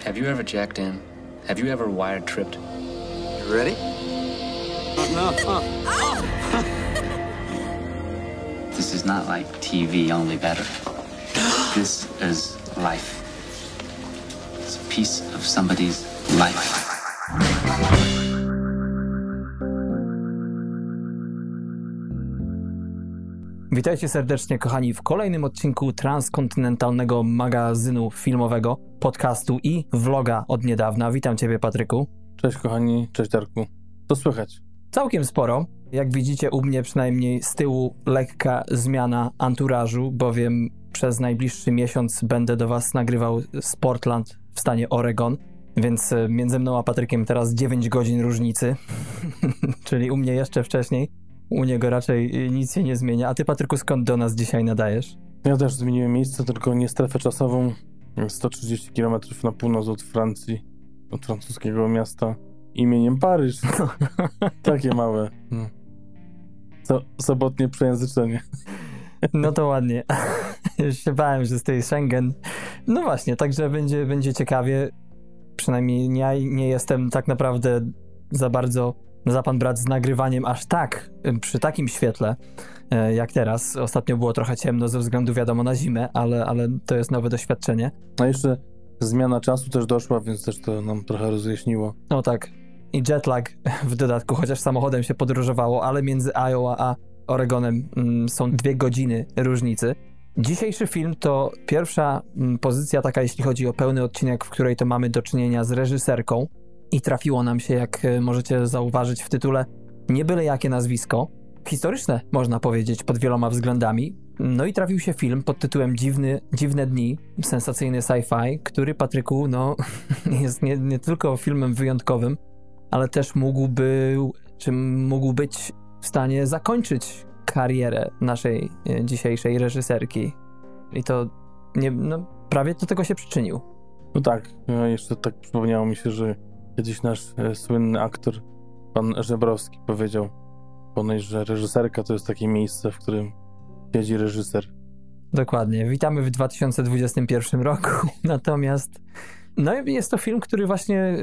Have you ever jacked in? Have you ever wired tripped? You ready? No. This is not like TV, only better. This is life. It's a piece of somebody's life. Witajcie serdecznie, kochani, w kolejnym odcinku transkontynentalnego magazynu filmowego, podcastu i vloga od niedawna. Witam Ciebie, Patryku. Cześć, kochani, cześć, Darku. Co słychać? Całkiem sporo. Jak widzicie, u mnie przynajmniej z tyłu lekka zmiana anturażu, bowiem przez najbliższy miesiąc będę do Was nagrywał z Portland w stanie Oregon, więc między mną a Patrykiem teraz 9 godzin różnicy, czyli u mnie jeszcze wcześniej. U niego raczej nic się nie zmienia. A ty, Patryku, skąd do nas dzisiaj nadajesz? Ja też zmieniłem miejsce, tylko nie strefę czasową. 130 km na północ od Francji, od francuskiego miasta imieniem Paryż. Takie małe. Sobotnie przejęzyczenie. No to ładnie. Już się bałem, że z tej Schengen. No właśnie, także będzie ciekawie. Przynajmniej ja nie jestem tak naprawdę za bardzo za pan brat z nagrywaniem aż tak, przy takim świetle jak teraz. Ostatnio było trochę ciemno ze względu, wiadomo, na zimę, ale to jest nowe doświadczenie. A jeszcze zmiana czasu też doszła, więc też to nam trochę rozjaśniło. No tak. I jetlag w dodatku, chociaż samochodem się podróżowało, ale między Iowa a Oregonem są 2 godziny różnicy. Dzisiejszy film to pierwsza pozycja taka, jeśli chodzi o pełny odcinek, w której to mamy do czynienia z reżyserką. I trafiło nam się, jak możecie zauważyć w tytule, nie byle jakie nazwisko. Historyczne, można powiedzieć, pod wieloma względami. No i trafił się film pod tytułem Dziwne dni, sensacyjny sci-fi, który, Patryku, jest nie tylko filmem wyjątkowym, ale też mógł być w stanie zakończyć karierę naszej dzisiejszej reżyserki. I to prawie do tego się przyczynił. No tak, jeszcze tak przypomniało mi się, że kiedyś nasz słynny aktor, pan Żebrowski, powiedział ponoć, że reżyserka to jest takie miejsce, w którym siedzi reżyser. Dokładnie. Witamy w 2021 roku. Natomiast jest to film, który właśnie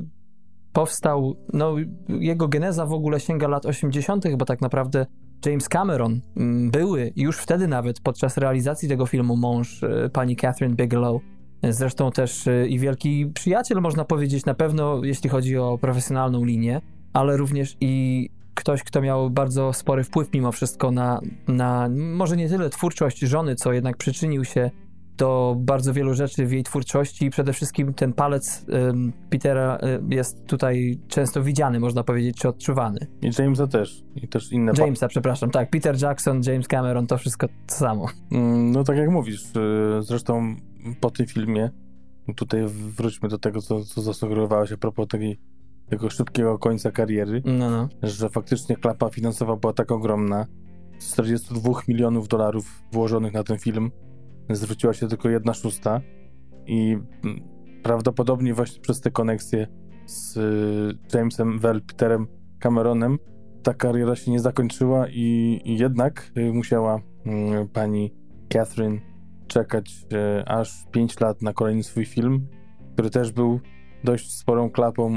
powstał, jego geneza w ogóle sięga lat 80., bo tak naprawdę James Cameron, były już wtedy nawet podczas realizacji tego filmu mąż pani Catherine Bigelow, zresztą też i wielki przyjaciel, można powiedzieć, na pewno jeśli chodzi o profesjonalną linię, ale również i ktoś, kto miał bardzo spory wpływ mimo wszystko na może nie tyle twórczość żony, co jednak przyczynił się do bardzo wielu rzeczy w jej twórczości i przede wszystkim ten palec Petera jest tutaj często widziany, można powiedzieć, czy odczuwany. I Jamesa też. I też inne... Przepraszam, tak. Peter Jackson, James Cameron, to wszystko to samo. No tak jak mówisz, zresztą po tym filmie, tutaj wróćmy do tego, co zasugerowałeś a propos tego szybkiego końca kariery, że faktycznie klapa finansowa była tak ogromna, z $42 milionów włożonych na ten film zwróciła się tylko 1/6 i prawdopodobnie właśnie przez te koneksje z Jamesem Peterem Cameronem ta kariera się nie zakończyła i jednak musiała pani Catherine czekać aż 5 lat na kolejny swój film, który też był dość sporą klapą.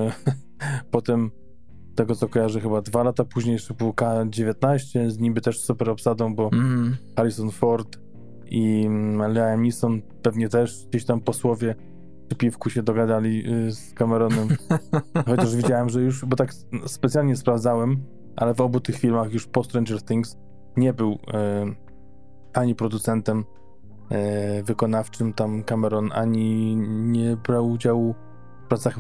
Potem tego, co kojarzę, chyba 2 lata później jeszcze był K-19 z niby też super obsadą, bo Harrison Ford i Liam Neeson pewnie też gdzieś tam po słowie przy piwku się dogadali z Cameronem. Chociaż widziałem, że już, bo tak specjalnie sprawdzałem, ale w obu tych filmach już po Stranger Things nie był ani producentem wykonawczym tam Cameron, ani nie brał udziału w pracach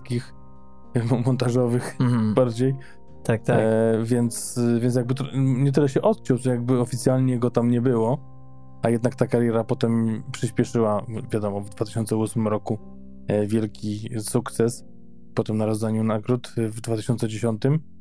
montażowych bardziej. Tak. Więc jakby nie tyle się odciął, co jakby oficjalnie go tam nie było, a jednak ta kariera potem przyspieszyła, wiadomo, w 2008 roku wielki sukces, potem na rozdaniu nagród w 2010,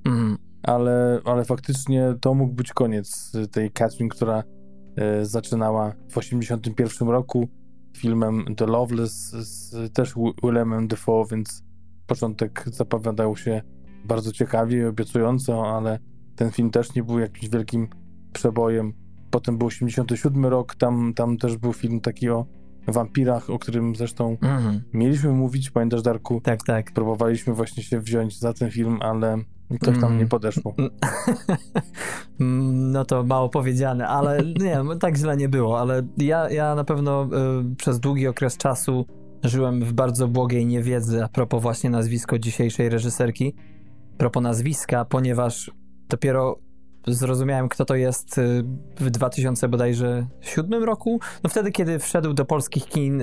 ale faktycznie to mógł być koniec tej Catherine, która zaczynała w 1981 roku filmem The Loveless z też Willemem Dafoe, więc początek zapowiadał się bardzo ciekawie i obiecująco, ale ten film też nie był jakimś wielkim przebojem. Potem był 87 rok, tam też był film taki o wampirach, o którym zresztą mieliśmy mówić, pamiętasz, Darku? Tak. Próbowaliśmy właśnie się wziąć za ten film, ale coś tam nie podeszło. No to mało powiedziane, ale nie, tak źle nie było, ale ja na pewno przez długi okres czasu żyłem w bardzo błogiej niewiedzy a propos właśnie nazwisko dzisiejszej reżyserki. A propos nazwiska, ponieważ dopiero zrozumiałem, kto to jest w 2007 roku. No wtedy, kiedy wszedł do polskich kin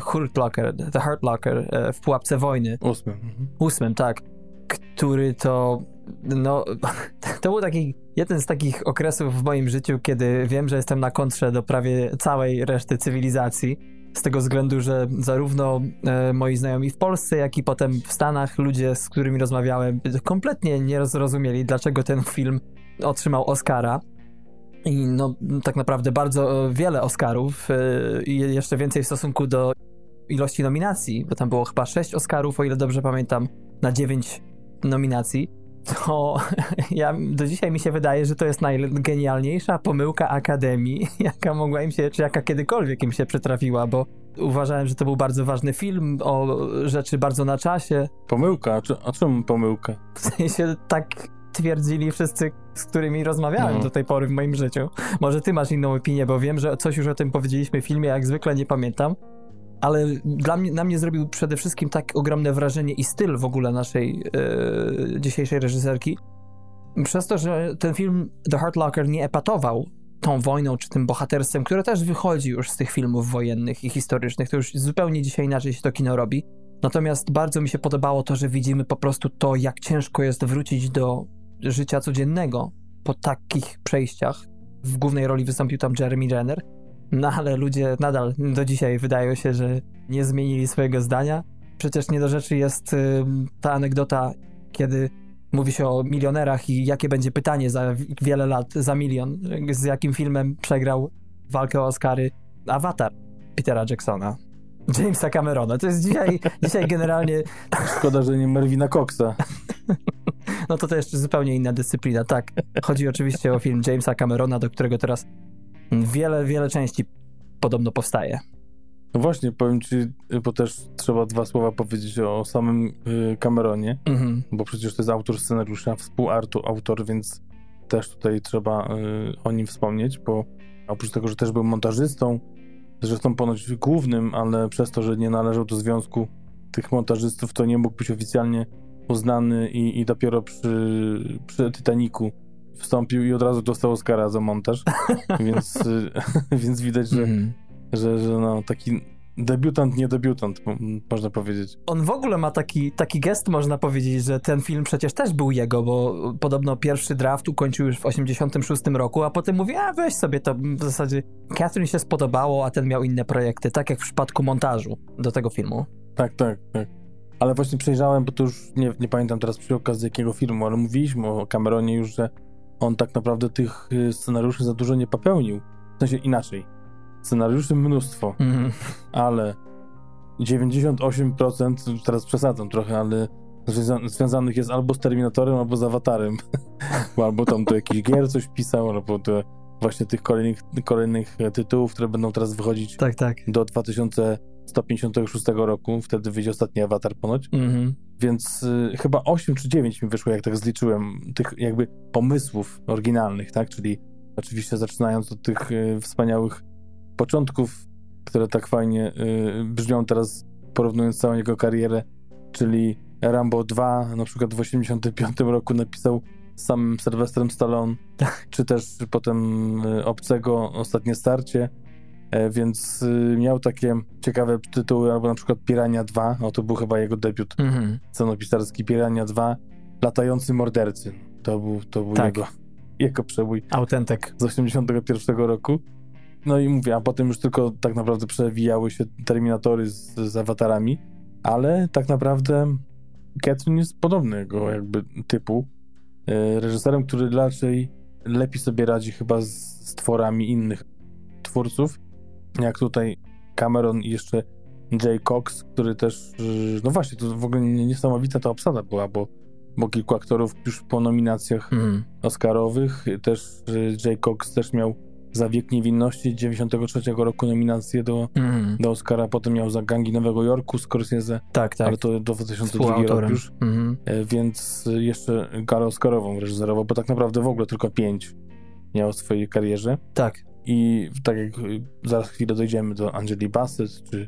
The Hurt Locker w Pułapce Wojny. 8, tak. Który to... No, to był taki jeden z takich okresów w moim życiu, kiedy wiem, że jestem na kontrze do prawie całej reszty cywilizacji. Z tego względu, że zarówno moi znajomi w Polsce, jak i potem w Stanach, ludzie, z którymi rozmawiałem, kompletnie nie zrozumieli, dlaczego ten film otrzymał Oscara. I no, tak naprawdę bardzo wiele Oscarów i jeszcze więcej w stosunku do ilości nominacji, bo tam było chyba 6 Oscarów, o ile dobrze pamiętam, na 9 nominacji. To do dzisiaj mi się wydaje, że to jest najgenialniejsza pomyłka Akademii, jaka mogła im się, czy jaka kiedykolwiek im się przytrafiła, bo uważałem, że to był bardzo ważny film o rzeczy bardzo na czasie. Pomyłka? A czemu pomyłka? W sensie tak twierdzili wszyscy, z którymi rozmawiałem do tej pory w moim życiu. Może ty masz inną opinię, bo wiem, że coś już o tym powiedzieliśmy w filmie, jak zwykle nie pamiętam. Ale na mnie zrobił przede wszystkim tak ogromne wrażenie i styl w ogóle naszej dzisiejszej reżyserki. Przez to, że ten film The Hurt Locker nie epatował tą wojną czy tym bohaterstwem, które też wychodzi już z tych filmów wojennych i historycznych. To już zupełnie dzisiaj inaczej się to kino robi. Natomiast bardzo mi się podobało to, że widzimy po prostu to, jak ciężko jest wrócić do życia codziennego po takich przejściach. W głównej roli wystąpił tam Jeremy Renner. No ale ludzie nadal do dzisiaj wydają się, że nie zmienili swojego zdania. Przecież nie do rzeczy jest ta anegdota, kiedy mówi się o milionerach i jakie będzie pytanie za wiele lat, za milion, z jakim filmem przegrał walkę o Oscary Avatar Petera Jacksona, Jamesa Camerona. To jest dzisiaj generalnie... Szkoda, że nie Melvina Coxa. No to jeszcze zupełnie inna dyscyplina, tak. Chodzi oczywiście o film Jamesa Camerona, do którego teraz wiele części podobno powstaje. No właśnie, powiem ci, bo też trzeba 2 słowa powiedzieć o samym Cameronie, bo przecież to jest autor scenariusza, współautor, więc też tutaj trzeba o nim wspomnieć, bo oprócz tego, że też był montażystą, zresztą ponoć głównym, ale przez to, że nie należał do związku tych montażystów, to nie mógł być oficjalnie uznany i dopiero przy Titanicu wstąpił i od razu dostał Oscara za montaż, więc widać, że no, taki debiutant, nie debiutant, można powiedzieć. On w ogóle ma taki gest, można powiedzieć, że ten film przecież też był jego, bo podobno pierwszy draft ukończył już w 86 roku, a potem mówi, weź sobie to, w zasadzie Catherine się spodobało, a ten miał inne projekty, tak jak w przypadku montażu do tego filmu. Tak. Ale właśnie przejrzałem, bo to już nie pamiętam teraz przy okazji jakiego filmu, ale mówiliśmy o Cameronie już, że on tak naprawdę tych scenariuszy za dużo nie popełnił. W sensie inaczej. Scenariuszy mnóstwo, ale 98%, teraz przesadzam trochę, ale związanych jest albo z Terminatorem, albo z Awatarem. Albo tam do jakichś gier coś pisał, albo do właśnie tych kolejnych tytułów, które będą teraz wychodzić do 2156 roku. Wtedy wyjdzie ostatni Awatar ponoć. Więc chyba 8 czy 9 mi wyszło, jak tak zliczyłem, tych jakby pomysłów oryginalnych, tak? Czyli oczywiście zaczynając od tych wspaniałych początków, które tak fajnie brzmią teraz, porównując całą jego karierę, czyli Rambo 2 na przykład w 85 roku napisał z samym Sylwestrem Stallone, czy też potem Obcego, Ostatnie starcie, więc miał takie ciekawe tytuły, albo na przykład Pirania 2, to był chyba jego debiut scenopisarski, Pirania 2, Latający mordercy, to był jego przebój. Autentyk. Z 81 roku. No i mówię, a potem już tylko tak naprawdę przewijały się Terminatory z Awatarami, ale tak naprawdę Catherine jest podobnego jakby typu reżyserem, który raczej lepiej sobie radzi chyba z tworami innych twórców, jak tutaj Cameron i jeszcze Jay Cox, który też, no właśnie, to w ogóle niesamowita ta obsada była, bo kilku aktorów już po nominacjach Oscarowych, też Jay Cox też miał za Wiek Niewinności 93 roku nominację do Oscara, potem miał za Gangi Nowego Jorku Scorsese, tak. ale to 2002 rok już, więc jeszcze galę oscarową reżyserował, bo tak naprawdę w ogóle tylko 5 miał w swojej karierze. Tak. I tak jak zaraz chwilę dojdziemy do Angeli Bassett, czy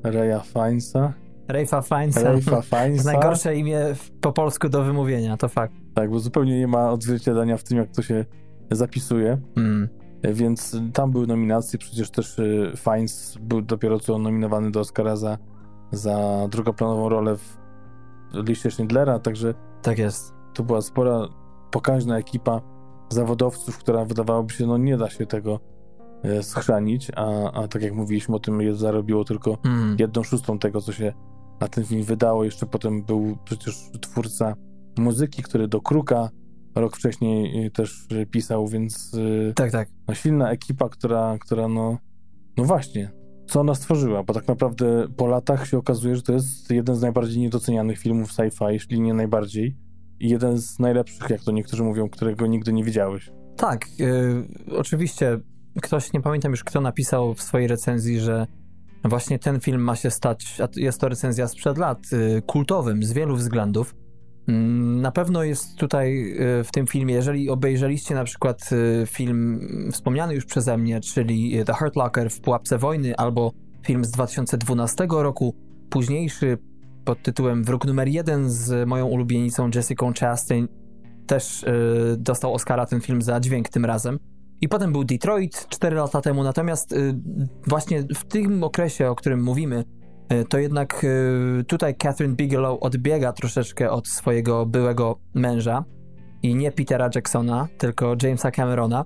Ralpha Fiennesa. Najgorsze imię po polsku do wymówienia, to fakt. Tak, bo zupełnie nie ma odzwierciedlenia w tym, jak to się zapisuje. Więc tam były nominacje, przecież też Fiennes był dopiero co nominowany do Oscara za drugoplanową rolę w liście Schindlera, także tak jest. To była spora, pokaźna ekipa zawodowców, która wydawałoby się, nie da się tego schrzanić, a tak jak mówiliśmy o tym, zarobiło tylko 1/6 tego, co się na ten film wydało. Jeszcze potem był przecież twórca muzyki, który do Kruka rok wcześniej też pisał, więc tak. Silna ekipa, która no właśnie, co ona stworzyła, bo tak naprawdę po latach się okazuje, że to jest jeden z najbardziej niedocenianych filmów sci-fi, jeśli nie najbardziej, i jeden z najlepszych, jak to niektórzy mówią, którego nigdy nie widziałeś. Tak, oczywiście ktoś, nie pamiętam już kto, napisał w swojej recenzji, że właśnie ten film ma się stać, a jest to recenzja sprzed lat, kultowym z wielu względów. Na pewno jest tutaj w tym filmie, jeżeli obejrzeliście na przykład film wspomniany już przeze mnie, czyli The Hurt Locker w pułapce wojny, albo film z 2012 roku, późniejszy pod tytułem Wróg numer 1 z moją ulubienicą Jessicą Chastain, też dostał Oscara ten film za dźwięk tym razem. I potem był Detroit 4 lata temu, natomiast właśnie w tym okresie, o którym mówimy, to jednak tutaj Catherine Bigelow odbiega troszeczkę od swojego byłego męża i nie Petera Jacksona, tylko Jamesa Camerona.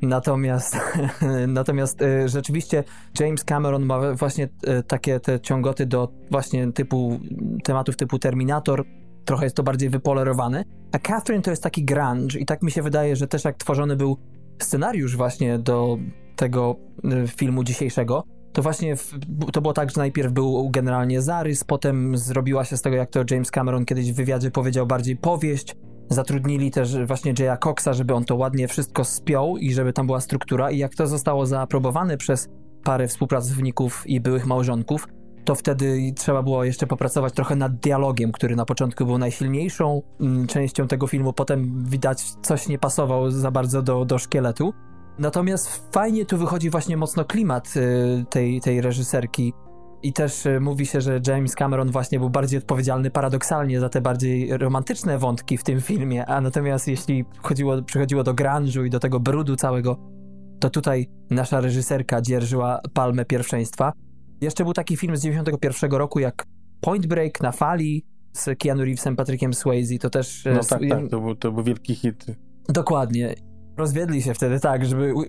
Natomiast rzeczywiście James Cameron ma właśnie takie te ciągoty do właśnie tematów typu Terminator. Trochę jest to bardziej wypolerowane. A Catherine to jest taki grunge i tak mi się wydaje, że też jak tworzony był scenariusz właśnie do tego filmu dzisiejszego, to właśnie to było tak, że najpierw był generalnie zarys, potem zrobiła się z tego, jak to James Cameron kiedyś w wywiadzie powiedział, bardziej powieść. Zatrudnili też właśnie Jaya Coxa, żeby on to ładnie wszystko spiął i żeby tam była struktura, i jak to zostało zaaprobowane przez parę współpracowników i byłych małżonków, to wtedy trzeba było jeszcze popracować trochę nad dialogiem, który na początku był najsilniejszą częścią tego filmu, potem widać coś nie pasował za bardzo do szkieletu. Natomiast fajnie tu wychodzi właśnie mocno klimat tej reżyserki i też mówi się, że James Cameron właśnie był bardziej odpowiedzialny paradoksalnie za te bardziej romantyczne wątki w tym filmie, a natomiast jeśli przychodziło do grunge'u i do tego brudu całego, to tutaj nasza reżyserka dzierżyła palmę pierwszeństwa. Jeszcze był taki film z 91 roku jak Point Break na fali z Keanu Reevesem, Patrickiem Swayze, to też... No tak, to był wielki hit. Dokładnie. Rozwiedli się wtedy tak,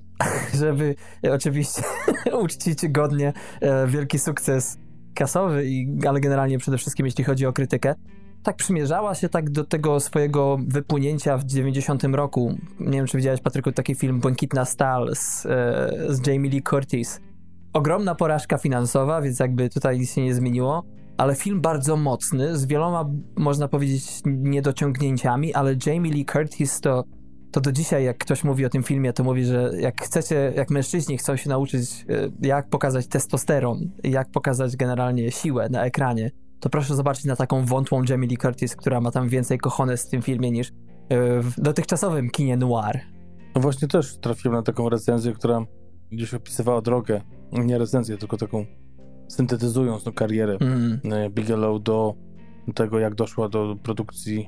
żeby oczywiście uczcić godnie wielki sukces kasowy, ale generalnie przede wszystkim jeśli chodzi o krytykę. Tak przymierzała się tak do tego swojego wypłynięcia w 90 roku. Nie wiem, czy widziałeś, Patryku, taki film Błękitna Stal z Jamie Lee Curtis. Ogromna porażka finansowa, więc jakby tutaj nic się nie zmieniło, ale film bardzo mocny, z wieloma, można powiedzieć, niedociągnięciami, ale Jamie Lee Curtis to do dzisiaj, jak ktoś mówi o tym filmie, to mówi, że jak mężczyźni chcą się nauczyć, jak pokazać testosteron, jak pokazać generalnie siłę na ekranie, to proszę zobaczyć na taką wątłą Jamie Lee Curtis, która ma tam więcej cojones w tym filmie niż w dotychczasowym kinie noir. No właśnie też trafiłem na taką recenzję, która gdzieś opisywała drogę, nie recenzję, tylko taką syntetyzując karierę Bigelow do tego, jak doszła do produkcji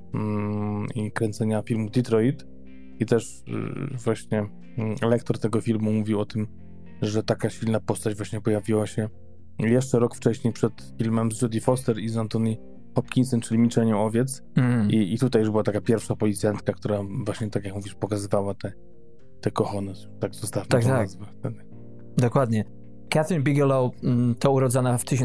i kręcenia filmu Detroit. I też właśnie lektor tego filmu mówił o tym, że taka silna postać właśnie pojawiła się jeszcze rok wcześniej przed filmem z Jodie Foster i z Anthony Hopkinsem, czyli Milczeniem owiec. I tutaj już była taka pierwsza policjantka, która właśnie, tak jak mówisz, pokazywała te cojones. Tak zostawmy tę nazwę wtedy. Dokładnie. Catherine Bigelow to urodzona w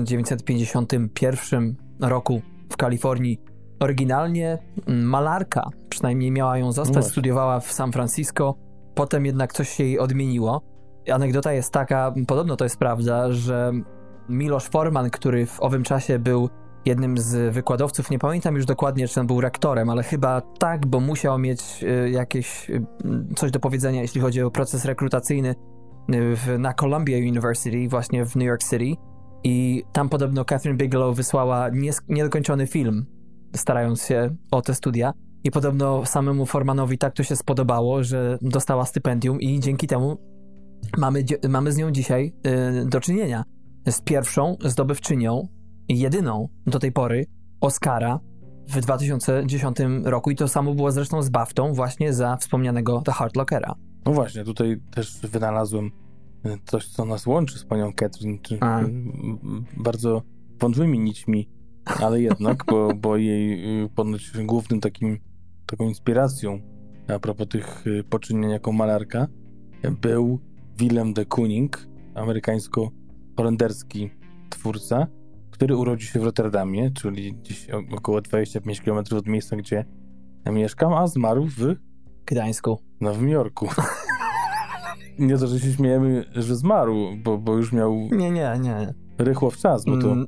1951 roku w Kalifornii. Oryginalnie malarka, przynajmniej miała ją zostać, studiowała w San Francisco, potem jednak coś się jej odmieniło. Anegdota jest taka, podobno to jest prawda, że Miloš Forman, który w owym czasie był jednym z wykładowców, nie pamiętam już dokładnie, czy on był rektorem, ale chyba tak, bo musiał mieć jakieś coś do powiedzenia, jeśli chodzi o proces rekrutacyjny na Columbia University, właśnie w New York City, i tam podobno Catherine Bigelow wysłała niedokończony film, starając się o te studia, i podobno samemu Formanowi tak to się spodobało, że dostała stypendium i dzięki temu mamy z nią dzisiaj do czynienia. Z pierwszą zdobywczynią, jedyną do tej pory, Oscara w 2010 roku, i to samo było zresztą z BAFTą właśnie za wspomnianego The Hurt Lockera. No właśnie, tutaj też wynalazłem coś, co nas łączy z panią Catherine, bardzo wątłymi nićmi, ale jednak, bo jej ponoć głównym taką inspiracją a propos tych poczynień jako malarka był Willem de Kooning, amerykańsko-holenderski twórca, który urodził się w Rotterdamie, czyli gdzieś około 25 km od miejsca, gdzie mieszkam, a zmarł w Gdańsku. No, w New Yorku. Nie to, że się śmiejemy, że zmarł, bo już miał Nie. rychło w czas, bo to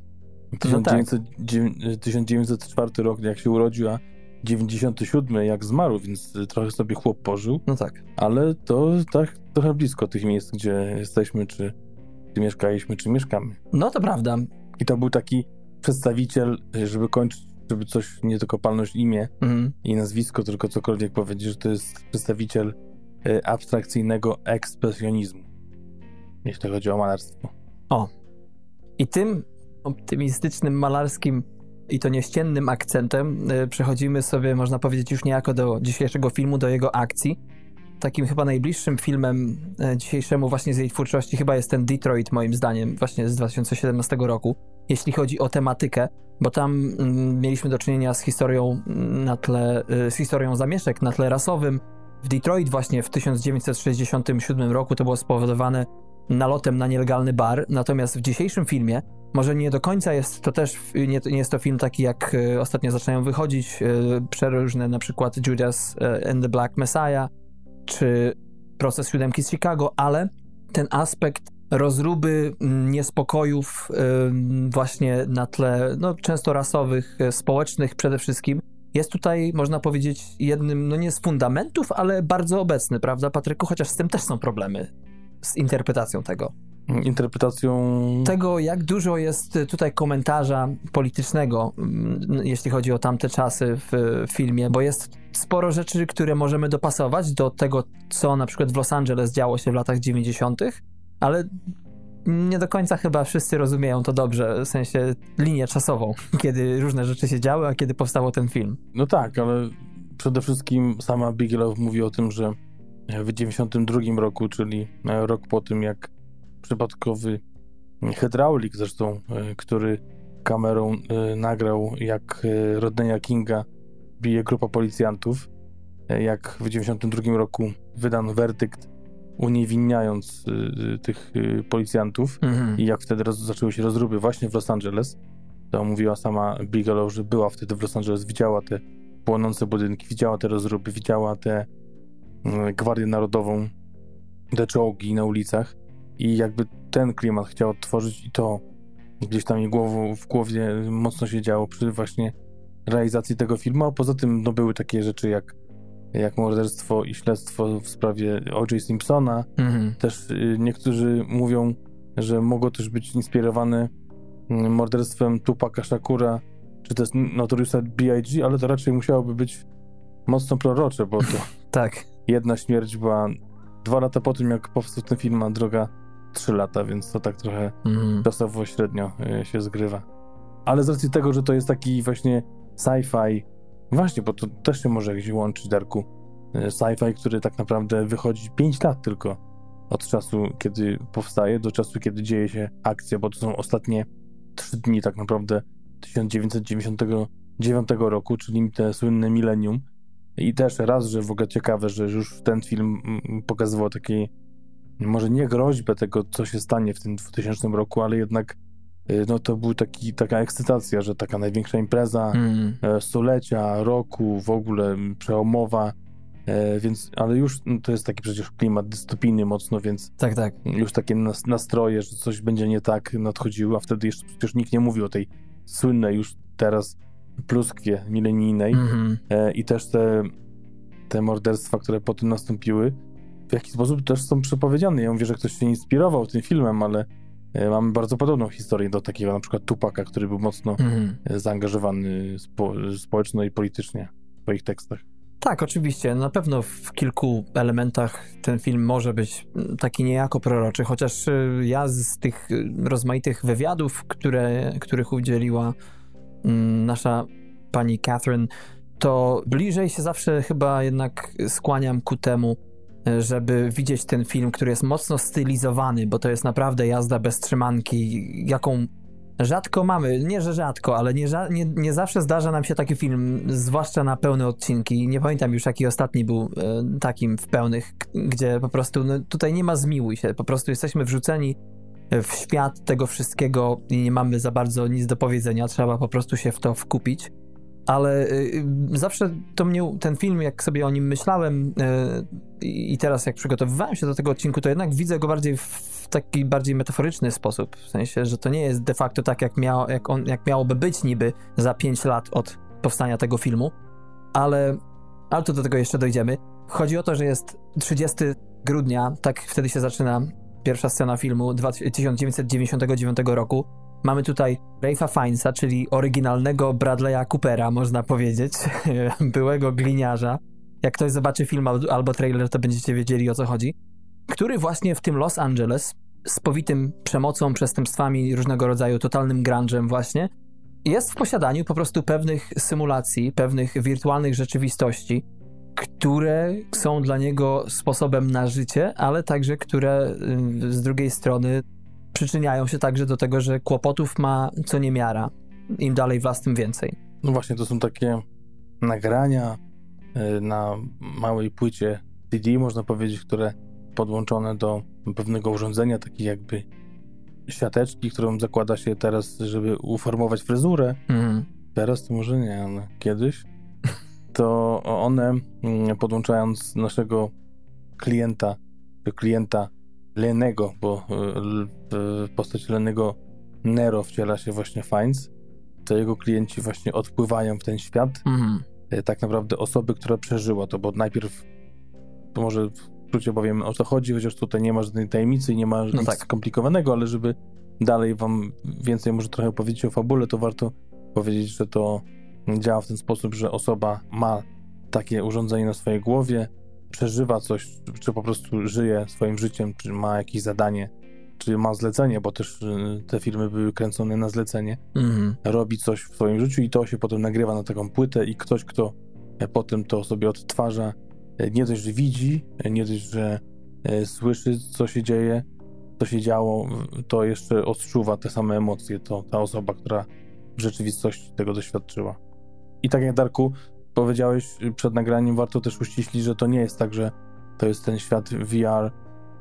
1904 rok, jak się urodził, a 97 jak zmarł, więc trochę sobie chłop pożył. No tak. Ale to tak trochę blisko tych miejsc, gdzie jesteśmy, czy mieszkaliśmy, czy mieszkamy. No to prawda. I to był taki przedstawiciel, żeby kończyć, żeby coś, nie tylko palność imię i nazwisko, tylko cokolwiek powiedzieć, że to jest przedstawiciel abstrakcyjnego ekspresjonizmu, jeśli chodzi o malarstwo. O. I tym optymistycznym, malarskim i to nieściennym akcentem przechodzimy sobie, można powiedzieć, już niejako do dzisiejszego filmu, do jego akcji. Takim chyba najbliższym filmem dzisiejszemu właśnie z jej twórczości chyba jest ten Detroit, moim zdaniem, właśnie z 2017 roku, jeśli chodzi o tematykę, bo tam mieliśmy do czynienia z historią z historią zamieszek na tle rasowym. W Detroit właśnie w 1967 roku to było spowodowane nalotem na nielegalny bar, natomiast w dzisiejszym filmie, może nie do końca jest to też, nie jest to film taki, jak ostatnio zaczynają wychodzić przeróżne, na przykład Judas and the Black Messiah, czy Proces Siódemki z Chicago, ale ten aspekt rozruby, niespokojów właśnie na tle często rasowych, społecznych przede wszystkim, jest tutaj, można powiedzieć, jednym, nie z fundamentów, ale bardzo obecny, prawda, Patryku? Chociaż z tym też są problemy, z interpretacją tego. Tego, jak dużo jest tutaj komentarza politycznego, jeśli chodzi o tamte czasy w filmie, bo jest sporo rzeczy, które możemy dopasować do tego, co na przykład w Los Angeles działo się w latach 90., ale nie do końca chyba wszyscy rozumieją to dobrze, w sensie linię czasową, kiedy różne rzeczy się działy, a kiedy powstał ten film. No tak, ale przede wszystkim sama Bigelow mówi o tym, że w 92 roku, czyli rok po tym, jak przypadkowy hydraulik zresztą, który kamerą nagrał, jak Rodneya Kinga bije grupa policjantów, jak w 92 roku wydano werdykt uniewinniając tych policjantów i jak wtedy zaczęły się rozruby właśnie w Los Angeles. To mówiła sama Bigelow, że była wtedy w Los Angeles, widziała te płonące budynki, widziała te rozruby, widziała tę Gwardię Narodową, te czołgi na ulicach i jakby ten klimat chciała odtworzyć i to gdzieś tam jej w głowie mocno się działo przy właśnie realizacji tego filmu, a poza tym były takie rzeczy jak morderstwo i śledztwo w sprawie O.J. Simpsona. Też niektórzy mówią, że mogło też być inspirowane morderstwem Tupaca Shakura, czy też Notoriousa B.I.G., ale to raczej musiałoby być mocno prorocze, bo to tak. Jedna śmierć była 2 lata po tym, jak powstał ten film, a druga 3 lata, więc to tak trochę czasowo średnio się zgrywa. Ale z racji tego, że to jest taki właśnie sci-fi, właśnie, bo to też się może gdzieś łączyć, Darku, sci-fi, który tak naprawdę wychodzi 5 lat tylko od czasu, kiedy powstaje, do czasu, kiedy dzieje się akcja, bo to są ostatnie 3 dni tak naprawdę 1999 roku, czyli te słynne milenium. I też raz, że w ogóle ciekawe, że już ten film pokazywał takiej, może nie groźbę tego, co się stanie w tym 2000 roku, ale jednak to był taka ekscytacja, że taka największa impreza stulecia, roku, w ogóle przełomowa, więc, ale już to jest taki przecież klimat dystopijny mocno, więc tak. Już takie nastroje, że coś będzie nie tak nadchodziły, a wtedy jeszcze przecież nikt nie mówił o tej słynnej już teraz pluskwie milenijnej i też te morderstwa, które potem nastąpiły w jaki sposób też są przepowiedziane. Ja mówię, że ktoś się inspirował tym filmem, ale mamy bardzo podobną historię do takiego na przykład Tupaca, który był mocno zaangażowany społeczno i politycznie w swoich tekstach. Tak, oczywiście. Na pewno w kilku elementach ten film może być taki niejako proroczy, chociaż ja z tych rozmaitych wywiadów, których udzieliła nasza pani Catherine, to bliżej się zawsze chyba jednak skłaniam ku temu, żeby widzieć ten film, który jest mocno stylizowany, bo to jest naprawdę jazda bez trzymanki, jaką rzadko mamy. Nie, że rzadko, ale nie zawsze zdarza nam się taki film, zwłaszcza na pełne odcinki. Nie pamiętam już, jaki ostatni był takim w pełnych, gdzie po prostu tutaj nie ma zmiłuj się, po prostu jesteśmy wrzuceni w świat tego wszystkiego i nie mamy za bardzo nic do powiedzenia, trzeba po prostu się w to wkupić. Ale zawsze to mnie, ten film, jak sobie o nim myślałem i teraz jak przygotowywałem się do tego odcinku, to jednak widzę go bardziej w taki bardziej metaforyczny sposób, w sensie, że to nie jest de facto tak, jak miałoby być niby za 5 lat od powstania tego filmu, ale to do tego jeszcze dojdziemy. Chodzi o to, że jest 30 grudnia, tak wtedy się zaczyna pierwsza scena filmu 1999 roku. Mamy tutaj Ralpha Fiennesa, czyli oryginalnego Bradley'a Coopera, można powiedzieć, byłego gliniarza. Jak ktoś zobaczy film albo trailer, to będziecie wiedzieli, o co chodzi. Który właśnie w tym Los Angeles, spowitym przemocą, przestępstwami, różnego rodzaju totalnym grunge'em właśnie, jest w posiadaniu po prostu pewnych symulacji, pewnych wirtualnych rzeczywistości, które są dla niego sposobem na życie, ale także które z drugiej strony przyczyniają się także do tego, że kłopotów ma co niemiara. Im dalej w las, tym więcej. No właśnie, to są takie nagrania na małej płycie CD, można powiedzieć, które podłączone do pewnego urządzenia, takiej jakby siateczki, którą zakłada się teraz, żeby uformować fryzurę. Teraz to może nie, ale kiedyś. To one, podłączając naszego klienta Lennego, bo w postaci Lennego Nero wciela się właśnie Fiennes, to jego klienci właśnie odpływają w ten świat. Tak naprawdę osoby, która przeżyła to, bo najpierw, to może w skrócie powiem, o co chodzi, chociaż tutaj nie ma żadnej tajemnicy i nie ma nic skomplikowanego, ale żeby dalej wam więcej może trochę powiedzieć o fabule, to warto powiedzieć, że to działa w ten sposób, że osoba ma takie urządzenie na swojej głowie, przeżywa coś, czy po prostu żyje swoim życiem, czy ma jakieś zadanie, czy ma zlecenie, bo też te filmy były kręcone na zlecenie, robi coś w swoim życiu i to się potem nagrywa na taką płytę i ktoś, kto potem to sobie odtwarza, nie dość, że widzi, nie dość, że słyszy, co się dzieje, co się działo, to jeszcze odczuwa te same emocje, to ta osoba, która w rzeczywistości tego doświadczyła. I tak jak, Darku, powiedziałeś przed nagraniem, warto też uściślić, że to nie jest tak, że to jest ten świat VR,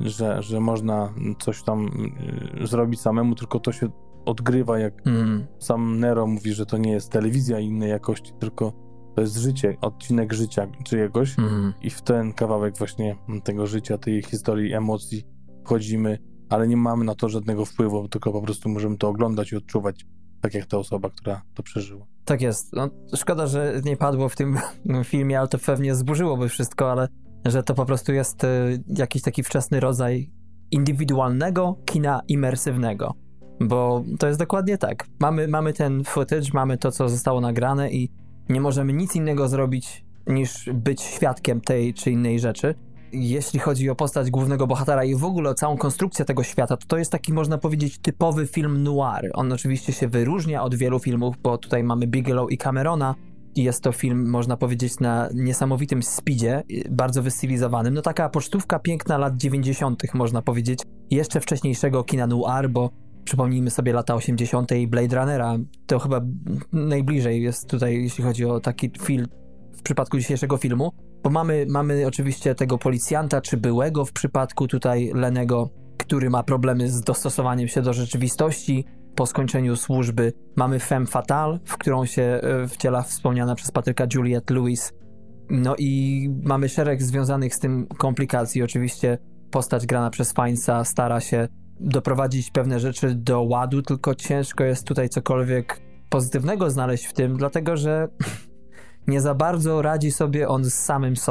że można coś tam zrobić samemu, tylko to się odgrywa, jak sam Nero mówi, że to nie jest telewizja innej jakości, tylko to jest życie, odcinek życia czyjegoś i w ten kawałek właśnie tego życia, tej historii, emocji wchodzimy, ale nie mamy na to żadnego wpływu, tylko po prostu możemy to oglądać i odczuwać, tak jak ta osoba, która to przeżyła. Tak jest. No, szkoda, że nie padło w tym filmie, ale to pewnie zburzyłoby wszystko, ale że to po prostu jest jakiś taki wczesny rodzaj indywidualnego kina imersywnego. Bo to jest dokładnie tak. Mamy ten footage, mamy to, co zostało nagrane i nie możemy nic innego zrobić, niż być świadkiem tej czy innej rzeczy. Jeśli chodzi o postać głównego bohatera i w ogóle o całą konstrukcję tego świata, to jest taki, można powiedzieć, typowy film noir. On oczywiście się wyróżnia od wielu filmów, bo tutaj mamy Bigelow i Camerona i jest to film, można powiedzieć, na niesamowitym speedzie, bardzo wystylizowanym. No taka pocztówka piękna lat 90., można powiedzieć, jeszcze wcześniejszego kina noir, bo przypomnijmy sobie lata 80. i Blade Runnera, to chyba najbliżej jest tutaj, jeśli chodzi o taki film w przypadku dzisiejszego filmu, bo mamy oczywiście tego policjanta, czy byłego w przypadku tutaj Lenego, który ma problemy z dostosowaniem się do rzeczywistości po skończeniu służby. Mamy femme fatale, w którą się wciela wspomniana przez Patryka Juliette Lewis. No i mamy szereg związanych z tym komplikacji. Oczywiście postać grana przez Fiennesa stara się doprowadzić pewne rzeczy do ładu, tylko ciężko jest tutaj cokolwiek pozytywnego znaleźć w tym, dlatego że nie za bardzo radzi sobie on z samym sobą.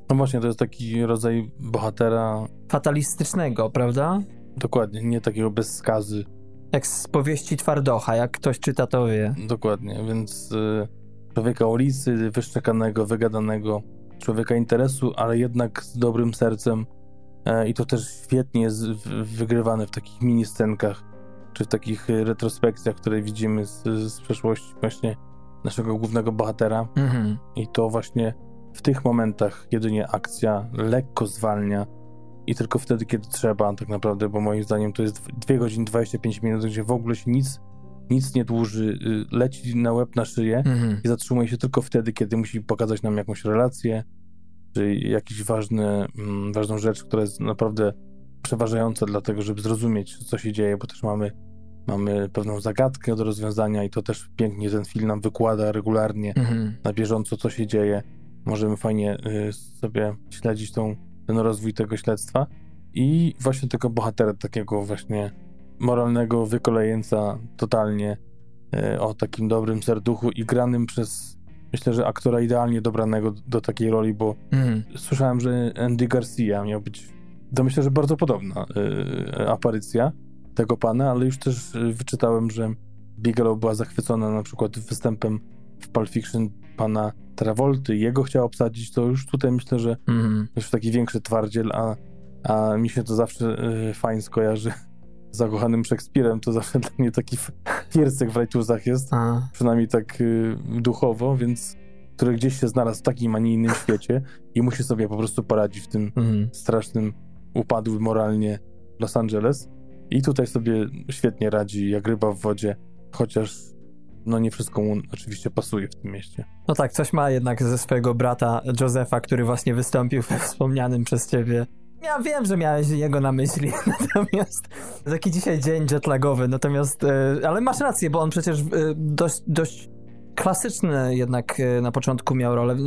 No właśnie, to jest taki rodzaj bohatera... fatalistycznego, prawda? Dokładnie, nie takiego bez skazy. Jak z powieści Twardocha, jak ktoś czyta, to wie. Dokładnie, więc człowieka ulicy, wyszczekanego, wygadanego, człowieka interesu, ale jednak z dobrym sercem i to też świetnie jest wygrywane w takich mini scenkach, czy w takich retrospekcjach, które widzimy z przeszłości właśnie naszego głównego bohatera. I to właśnie w tych momentach jedynie akcja lekko zwalnia i tylko wtedy, kiedy trzeba tak naprawdę, bo moim zdaniem to jest 2 godziny 25 minut, gdzie w ogóle się nic nie dłuży, leci na łeb, na szyję i zatrzymuje się tylko wtedy, kiedy musi pokazać nam jakąś relację, czy jakąś ważną rzecz, która jest naprawdę przeważająca dlatego, żeby zrozumieć, co się dzieje, bo też mamy pewną zagadkę do rozwiązania i to też pięknie ten film nam wykłada regularnie, na bieżąco, co się dzieje. Możemy fajnie sobie śledzić ten rozwój tego śledztwa i właśnie tego bohatera, takiego właśnie moralnego wykolejeńca totalnie, o takim dobrym serduchu i granym przez, myślę, że aktora idealnie dobranego do takiej roli, bo słyszałem, że Andy Garcia miał być, to myślę, że bardzo podobna aparycja tego pana, ale już też wyczytałem, że Bigelow była zachwycona na przykład występem w Pulp Fiction pana Travolty, jego chciała obsadzić, to już tutaj myślę, że już taki większy twardziel, a mi się to zawsze fajnie skojarzy z zakochanym Szekspirem, to zawsze dla mnie taki piercek w rajtuzach jest, przynajmniej tak duchowo, więc który gdzieś się znalazł w takim, a nie innym świecie i musi sobie po prostu poradzić w tym strasznym, upadłym moralnie Los Angeles i tutaj sobie świetnie radzi jak ryba w wodzie, chociaż no nie wszystko mu oczywiście pasuje w tym mieście. No tak, coś ma jednak ze swojego brata Josepha, który właśnie wystąpił we wspomnianym przez ciebie. Ja wiem, że miałeś jego na myśli, natomiast taki dzisiaj dzień jetlagowy, natomiast, ale masz rację, bo on przecież dość klasyczny jednak na początku miał rolę.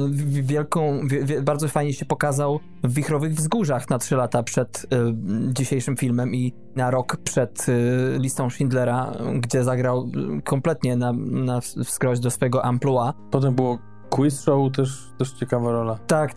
Bardzo fajnie się pokazał w Wichrowych Wzgórzach na 3 lata przed dzisiejszym filmem i na rok przed listą Schindlera, gdzie zagrał kompletnie na wskroś do swojego amplua. Potem było Quiz Show, też ciekawa rola. Tak.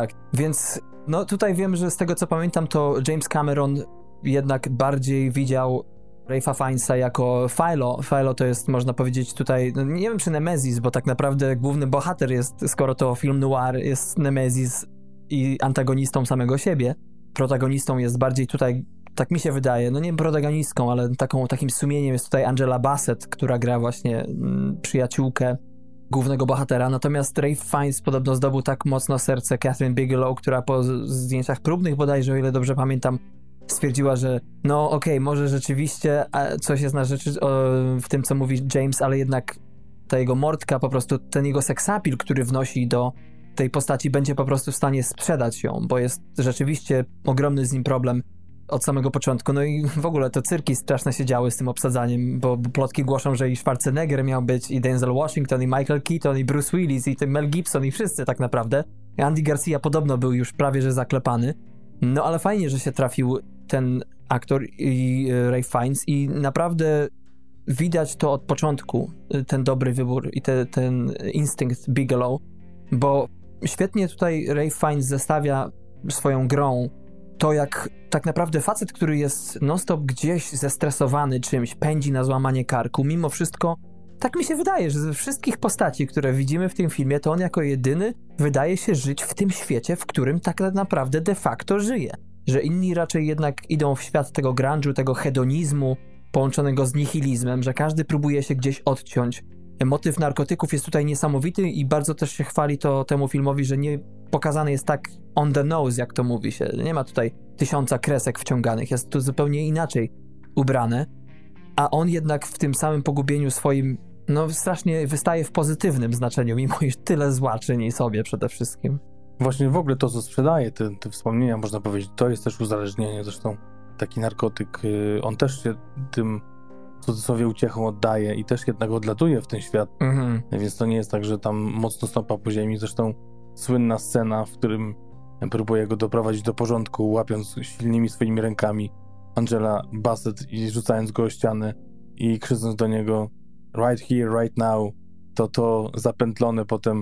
Więc no tutaj wiem, że z tego co pamiętam, to James Cameron jednak bardziej widział Ralpha Fiennesa jako Philo. Philo to jest, można powiedzieć tutaj, no nie wiem czy Nemezis, bo tak naprawdę główny bohater jest, skoro to film noir, jest Nemezis i antagonistą samego siebie. Protagonistą jest bardziej tutaj, tak mi się wydaje, no nie protagonistką, ale takim sumieniem jest tutaj Angela Bassett, która gra właśnie przyjaciółkę głównego bohatera. Natomiast Ralph Fiennes podobno zdobył tak mocno serce Catherine Bigelow, która po zdjęciach próbnych bodajże, o ile dobrze pamiętam, stwierdziła, że no okej, może rzeczywiście coś jest na rzeczy w tym, co mówi James, ale jednak ta jego mordka, po prostu ten jego seksapil, który wnosi do tej postaci, będzie po prostu w stanie sprzedać ją, bo jest rzeczywiście ogromny z nim problem od samego początku. No i w ogóle to cyrki straszne się działy z tym obsadzaniem, bo plotki głoszą, że i Schwarzenegger miał być, i Denzel Washington, i Michael Keaton, i Bruce Willis, i Mel Gibson, i wszyscy tak naprawdę. Andy Garcia podobno był już prawie że zaklepany. No ale fajnie, że się trafił ten aktor i Ralph Fiennes i naprawdę widać to od początku, ten dobry wybór i ten instynkt Bigelow, bo świetnie tutaj Ralph Fiennes zestawia swoją grą to, jak tak naprawdę facet, który jest non-stop gdzieś zestresowany czymś, pędzi na złamanie karku, mimo wszystko, tak mi się wydaje, że ze wszystkich postaci, które widzimy w tym filmie, to on jako jedyny wydaje się żyć w tym świecie, w którym tak naprawdę de facto żyje. Że inni raczej jednak idą w świat tego grunge'u, tego hedonizmu połączonego z nihilizmem, że każdy próbuje się gdzieś odciąć. Motyw narkotyków jest tutaj niesamowity i bardzo też się chwali to temu filmowi, że nie pokazany jest tak on the nose, jak to mówi się. Nie ma tutaj 1000 kresek wciąganych, jest tu zupełnie inaczej ubrane, a on jednak w tym samym pogubieniu swoim, no strasznie wystaje w pozytywnym znaczeniu, mimo iż tyle zła czyni sobie przede wszystkim. Właśnie w ogóle to, co sprzedaje, te wspomnienia, można powiedzieć, to jest też uzależnienie. Zresztą taki narkotyk, on też się tym w cudzysłowie uciechą oddaje i też jednak odlatuje w ten świat. Więc to nie jest tak, że tam mocno stąpa po ziemi. Zresztą słynna scena, w którym próbuje go doprowadzić do porządku, łapiąc silnymi swoimi rękami Angela Bassett i rzucając go o ścianę i krzycząc do niego right here, right now, to zapętlone potem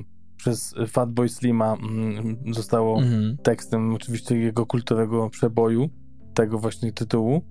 przez Fatboy Slima zostało tekstem oczywiście jego kultowego przeboju, tego właśnie tytułu,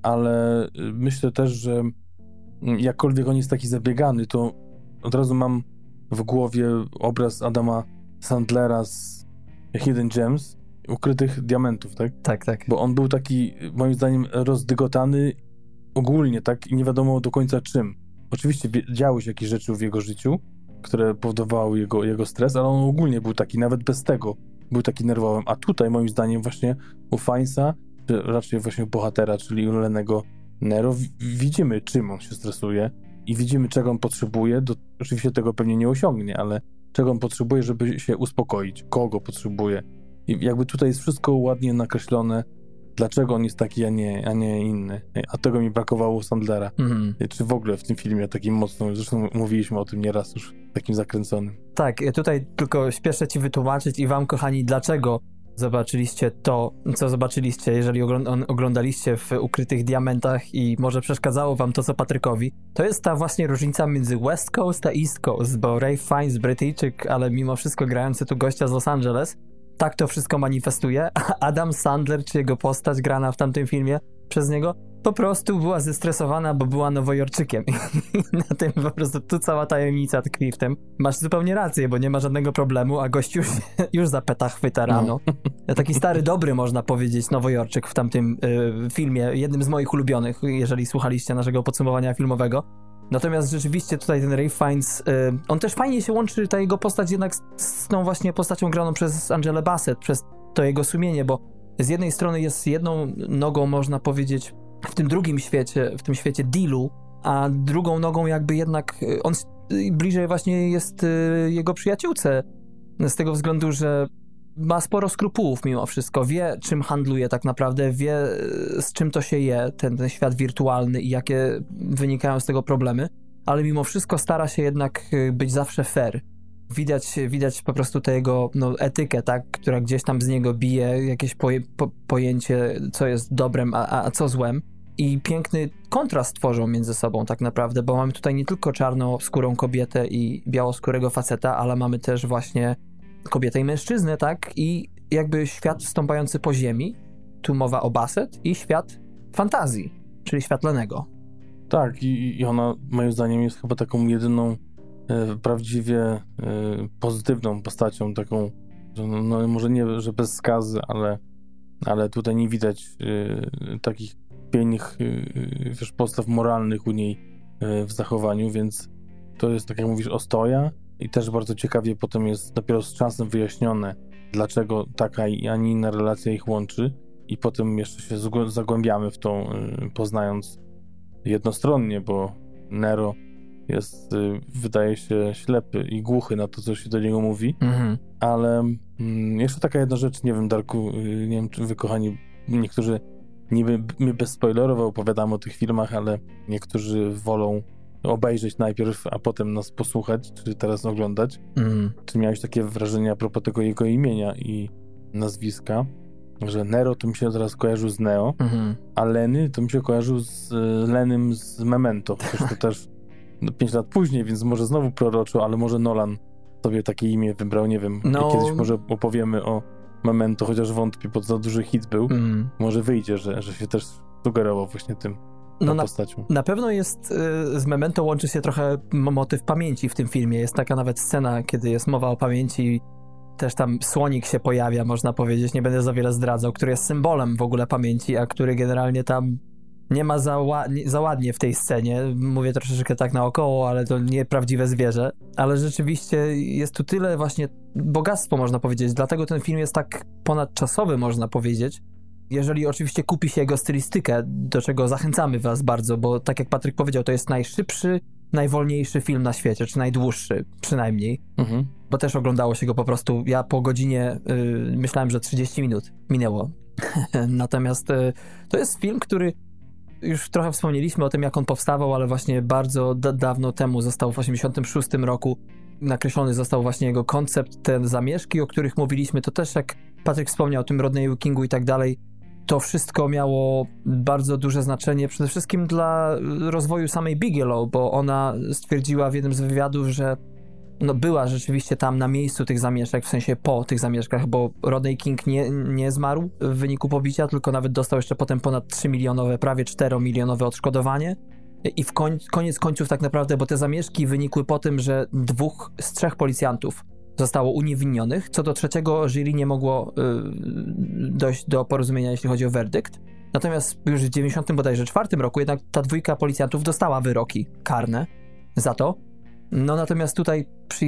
ale myślę też, że jakkolwiek on jest taki zabiegany, to od razu mam w głowie obraz Adama Sandlera z Hidden Gems, ukrytych diamentów, tak? Tak. Bo on był taki, moim zdaniem, rozdygotany ogólnie, tak? I nie wiadomo do końca czym. Oczywiście działy się jakieś rzeczy w jego życiu, które powodowały jego stres, ale on ogólnie był taki, nawet bez tego, był taki nerwowym. A tutaj, moim zdaniem, właśnie u Fiennesa, czy raczej właśnie u bohatera, czyli u Lennego Nero, widzimy, czym on się stresuje i widzimy, czego on potrzebuje. Oczywiście tego pewnie nie osiągnie, ale czego on potrzebuje, żeby się uspokoić, kogo potrzebuje. I jakby tutaj jest wszystko ładnie nakreślone, dlaczego on jest taki, a nie inny. A tego mi brakowało u Sandlera. Czy w ogóle w tym filmie takim mocno, zresztą mówiliśmy o tym nieraz już, takim zakręconym. Tak, ja tutaj tylko śpieszę ci wytłumaczyć i wam, kochani, dlaczego zobaczyliście to, co zobaczyliście, jeżeli oglądaliście w Ukrytych Diamentach i może przeszkadzało wam to, co Patrykowi. To jest ta właśnie różnica między West Coast a East Coast, bo Ralph Fiennes, Brytyjczyk, ale mimo wszystko grający tu gościa z Los Angeles, tak to wszystko manifestuje, a Adam Sandler, czy jego postać grana w tamtym filmie przez niego, po prostu była zestresowana, bo była Nowojorczykiem. I na tym po prostu tu cała tajemnica tkwi w tym. Masz zupełnie rację, bo nie ma żadnego problemu, a gość już za peta chwyta rano. Taki stary, dobry, można powiedzieć, Nowojorczyk w tamtym filmie, jednym z moich ulubionych, jeżeli słuchaliście naszego podsumowania filmowego. Natomiast rzeczywiście tutaj ten Ralph Fiennes, on też fajnie się łączy, ta jego postać jednak z tą właśnie postacią graną przez Angelę Bassett, przez to jego sumienie, bo z jednej strony jest jedną nogą, można powiedzieć, w tym drugim świecie, w tym świecie dealu, a drugą nogą jakby jednak on bliżej właśnie jest jego przyjaciółce, z tego względu, że ma sporo skrupułów mimo wszystko, wie, czym handluje tak naprawdę, wie, z czym to się je, ten świat wirtualny i jakie wynikają z tego problemy, ale mimo wszystko stara się jednak być zawsze fair. Widać po prostu tę jego etykę, tak, która gdzieś tam z niego bije, jakieś pojęcie, co jest dobrem, a co złem. I piękny kontrast tworzą między sobą tak naprawdę, bo mamy tutaj nie tylko czarnoskórą kobietę i białoskórego faceta, ale mamy też właśnie kobietę i mężczyznę, tak? I jakby świat stąpający po ziemi, tu mowa o Bassett, i świat fantazji, czyli świat Lennego. Tak, i ona moim zdaniem jest chyba taką jedyną prawdziwie pozytywną postacią, taką, że no może nie, że bez skazy, ale tutaj nie widać takich pięknych postaw moralnych u niej w zachowaniu, więc to jest, tak jak mówisz, ostoja i też bardzo ciekawie potem jest dopiero z czasem wyjaśnione, dlaczego taka, a nie inna relacja ich łączy i potem jeszcze się zagłębiamy w tą, poznając jednostronnie, bo Nero jest, wydaje się, ślepy i głuchy na to, co się do niego mówi, ale jeszcze taka jedna rzecz, nie wiem, Darku, nie wiem, czy wy, kochani, niektórzy niby my bezspoilerowo opowiadamy o tych filmach, ale niektórzy wolą obejrzeć najpierw, a potem nas posłuchać, czy teraz oglądać. Czy miałeś takie wrażenie a propos tego jego imienia i nazwiska, że Nero to mi się teraz kojarzył z Neo, a Lenny to mi się kojarzył z Lenym z Memento. Chociaż to też 5 lat później, więc może znowu proroczo, ale może Nolan sobie takie imię wybrał, nie wiem. No. Kiedyś może opowiemy o Memento, chociaż wątpię, bo za duży hit był. Może wyjdzie, że się też sugerował właśnie tym postacią. Na pewno jest, z Memento łączy się trochę motyw pamięci w tym filmie. Jest taka nawet scena, kiedy jest mowa o pamięci, też tam słonik się pojawia, można powiedzieć, nie będę za wiele zdradzał, który jest symbolem w ogóle pamięci, a który generalnie tam nie ma za ładnie w tej scenie. Mówię troszeczkę tak naokoło, ale to nie prawdziwe zwierzę. Ale rzeczywiście jest tu tyle właśnie bogactwo, można powiedzieć. Dlatego ten film jest tak ponadczasowy, można powiedzieć. Jeżeli oczywiście kupi się jego stylistykę, do czego zachęcamy was bardzo, bo tak jak Patryk powiedział, to jest najszybszy, najwolniejszy film na świecie, czy najdłuższy przynajmniej. Bo też oglądało się go po prostu, ja po godzinie myślałem, że 30 minut minęło. Natomiast to jest film, który już trochę wspomnieliśmy o tym, jak on powstawał, ale właśnie bardzo dawno temu został w 1986 roku nakreślony został właśnie jego koncept, te zamieszki, o których mówiliśmy, to też jak Patryk wspomniał o tym Rodneyu Kingu i tak dalej, to wszystko miało bardzo duże znaczenie przede wszystkim dla rozwoju samej Bigelow, bo ona stwierdziła w jednym z wywiadów, że no była rzeczywiście tam na miejscu tych zamieszek, w sensie po tych zamieszkach, bo Rodney King nie zmarł w wyniku pobicia, tylko nawet dostał jeszcze potem ponad 3-milionowe, prawie 4-milionowe odszkodowanie. I koniec końców tak naprawdę, bo te zamieszki wynikły po tym, że 2 z 3 policjantów zostało uniewinnionych, co do 3 jury nie mogło dojść do porozumienia, jeśli chodzi o werdykt. Natomiast już w 94 roku jednak ta 2 policjantów dostała wyroki karne za to. No natomiast tutaj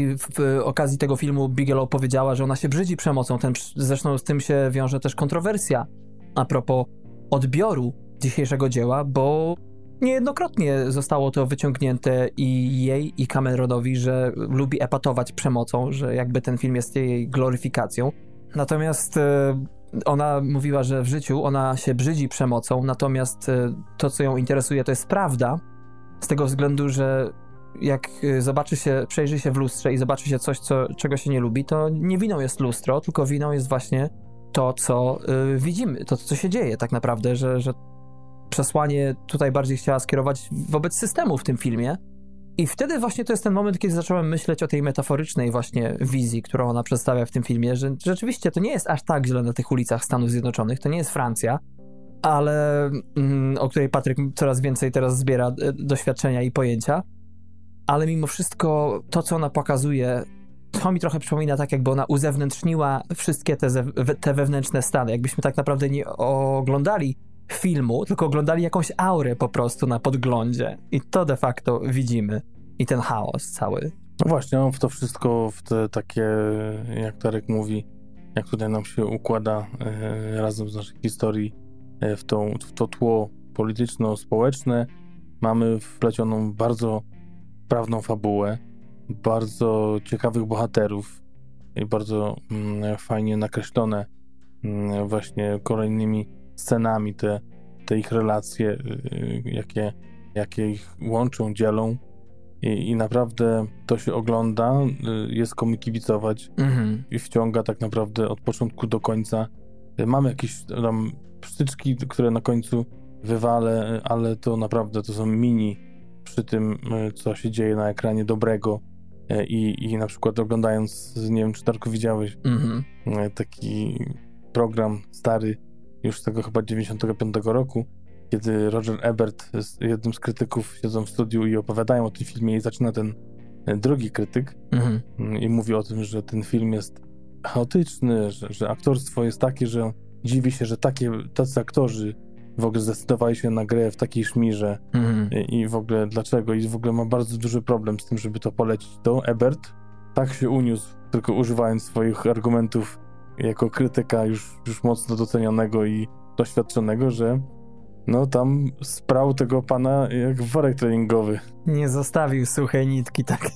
w okazji tego filmu Bigelow powiedziała, że ona się brzydzi przemocą. Zresztą z tym się wiąże też kontrowersja a propos odbioru dzisiejszego dzieła, bo niejednokrotnie zostało to wyciągnięte i jej, i Cameronowi, że lubi epatować przemocą, że jakby ten film jest jej gloryfikacją. Natomiast ona mówiła, że w życiu ona się brzydzi przemocą, natomiast to, co ją interesuje, to jest prawda, z tego względu, że jak przejrzy się w lustrze i zobaczy się coś, czego się nie lubi, to nie winą jest lustro, tylko winą jest właśnie to, co widzimy, to, co się dzieje tak naprawdę, że przesłanie tutaj bardziej chciała skierować wobec systemu w tym filmie. I wtedy właśnie to jest ten moment, kiedy zacząłem myśleć o tej metaforycznej właśnie wizji, którą ona przedstawia w tym filmie, że rzeczywiście to nie jest aż tak źle na tych ulicach Stanów Zjednoczonych, to nie jest Francja, ale o której Patryk coraz więcej teraz zbiera doświadczenia i pojęcia, ale mimo wszystko to, co ona pokazuje, to mi trochę przypomina tak, jakby ona uzewnętrzniła wszystkie te wewnętrzne stany, jakbyśmy tak naprawdę nie oglądali filmu, tylko oglądali jakąś aurę po prostu na podglądzie. I to de facto widzimy. I ten chaos cały. No właśnie, on w to wszystko, w te takie, jak Darek mówi, jak tutaj nam się układa razem z naszej historii w to tło polityczno-społeczne, mamy wplecioną bardzo sprawną fabułę, bardzo ciekawych bohaterów i bardzo fajnie nakreślone właśnie kolejnymi scenami te ich relacje, jakie ich łączą, dzielą i naprawdę to się ogląda, jest komu kibicować i wciąga tak naprawdę od początku do końca. Mamy jakieś tam psztyczki, które na końcu wywalę, ale to naprawdę to są mini przy tym, co się dzieje na ekranie dobrego i na przykład oglądając, nie wiem, czy Darku widziałeś taki program stary, już z tego chyba 95 roku, kiedy Roger Ebert z jednym z krytyków siedzą w studiu i opowiadają o tym filmie i zaczyna ten drugi krytyk i mówi o tym, że ten film jest chaotyczny, że aktorstwo jest takie, że dziwi się, że tacy aktorzy w ogóle zdecydowali się na grę w takiej szmirze i w ogóle dlaczego i w ogóle ma bardzo duży problem z tym, żeby to polecić. To Ebert tak się uniósł, tylko używając swoich argumentów jako krytyka już mocno docenionego i doświadczonego, że no tam sprał tego pana jak worek treningowy. Nie zostawił suchej nitki, tak.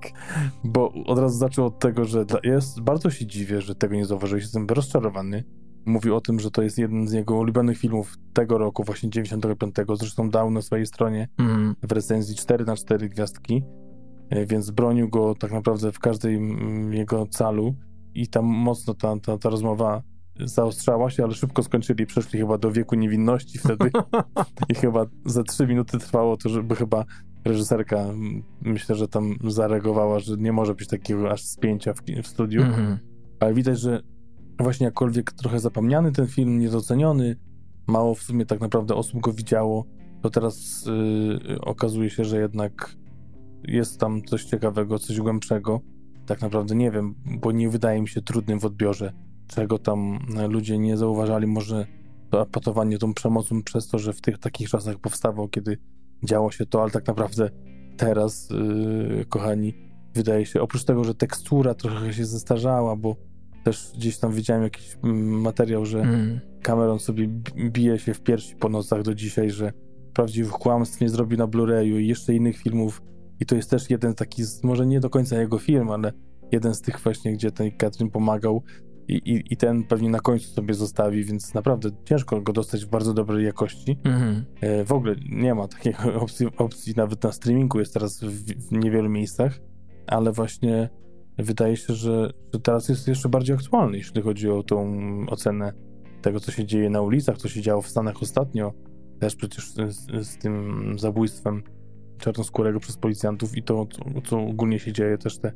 Bo od razu zaczął od tego, że bardzo się dziwię, że tego nie zauważyłeś, jestem rozczarowany. Mówił o tym, że to jest jeden z jego ulubionych filmów tego roku, właśnie 95. Zresztą dał na swojej stronie w recenzji 4/4 gwiazdki, więc bronił go tak naprawdę w każdej jego calu i tam mocno ta rozmowa zaostrzała się, ale szybko skończyli, przeszli chyba do wieku niewinności wtedy i chyba za 3 minuty trwało to, żeby chyba reżyserka, myślę, że tam zareagowała, że nie może być takiego aż spięcia w studiu, ale widać, że właśnie jakkolwiek trochę zapomniany ten film, niedoceniony, mało w sumie tak naprawdę osób go widziało, to teraz okazuje się, że jednak jest tam coś ciekawego, coś głębszego. Tak naprawdę nie wiem, bo nie wydaje mi się trudnym w odbiorze, czego tam ludzie nie zauważali. Może to epatowanie tą przemocą przez to, że w tych takich czasach powstawał, kiedy działo się to, ale tak naprawdę teraz, kochani, wydaje się, oprócz tego, że tekstura trochę się zestarzała, bo też gdzieś tam widziałem jakiś materiał, że Cameron sobie bije się w piersi po nocach do dzisiaj, że prawdziwych kłamstw nie zrobi na Blu-rayu i jeszcze innych filmów. I to jest też jeden taki, może nie do końca jego film, ale jeden z tych właśnie, gdzie ten Katrin pomagał i ten pewnie na końcu sobie zostawi, więc naprawdę ciężko go dostać w bardzo dobrej jakości. W ogóle nie ma takiej opcji nawet na streamingu, jest teraz w niewielu miejscach, ale właśnie wydaje się, że teraz jest jeszcze bardziej aktualny, jeśli chodzi o tą ocenę tego, co się dzieje na ulicach, co się działo w Stanach ostatnio, też przecież z tym zabójstwem czarnoskórego przez policjantów i to, co ogólnie się dzieje, też te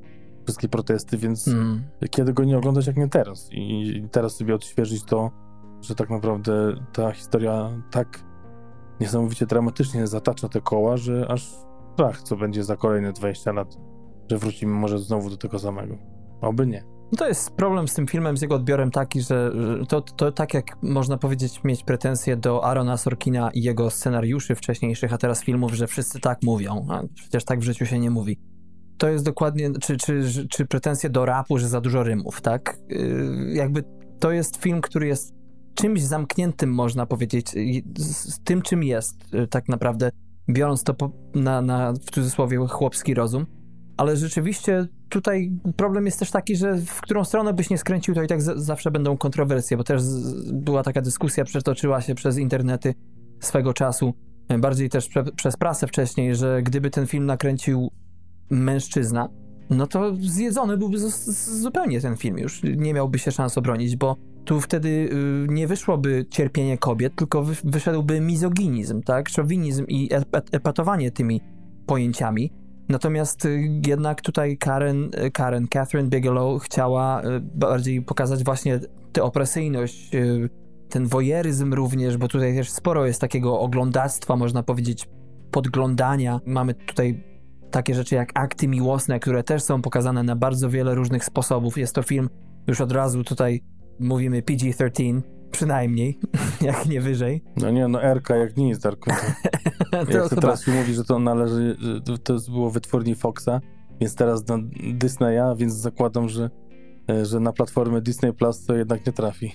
wszystkie protesty, więc kiedy go nie oglądać, jak nie teraz. I teraz sobie odświeżyć to, że tak naprawdę ta historia tak niesamowicie dramatycznie zatacza te koła, że aż strach, co będzie za kolejne 20 lat, że wrócimy może znowu do tego samego. Oby nie. No to jest problem z tym filmem, z jego odbiorem taki, że to tak jak można powiedzieć mieć pretensje do Aarona Sorkina i jego scenariuszy wcześniejszych, a teraz filmów, że wszyscy tak mówią, a przecież tak w życiu się nie mówi. To jest dokładnie, czy pretensje do rapu, że za dużo rymów, tak? Jakby to jest film, który jest czymś zamkniętym, można powiedzieć, z tym, czym jest, tak naprawdę, biorąc to na w cudzysłowie chłopski rozum. Ale rzeczywiście tutaj problem jest też taki, że w którą stronę byś nie skręcił, to i tak zawsze będą kontrowersje, bo też była taka dyskusja, przetoczyła się przez internety swego czasu, bardziej też przez prasę wcześniej, że gdyby ten film nakręcił mężczyzna, no to zjedzony byłby zupełnie ten film już. Nie miałby się szans obronić, bo tu wtedy nie wyszłoby cierpienie kobiet, tylko wyszedłby mizoginizm, tak? Szowinizm i epatowanie tymi pojęciami. Natomiast jednak tutaj Catherine Bigelow chciała bardziej pokazać właśnie tę opresyjność, ten wojeryzm również, bo tutaj też sporo jest takiego oglądactwa, można powiedzieć, podglądania. Mamy tutaj takie rzeczy jak akty miłosne, które też są pokazane na bardzo wiele różnych sposobów. Jest to film, już od razu tutaj mówimy PG-13, przynajmniej, jak nie wyżej. No nie, no R-ka jak nic, Darku. Jak to teraz się mówi, że to należy, to było wytwórni Foxa, więc teraz na Disneya, więc zakładam, że na platformę Disney Plus to jednak nie trafi.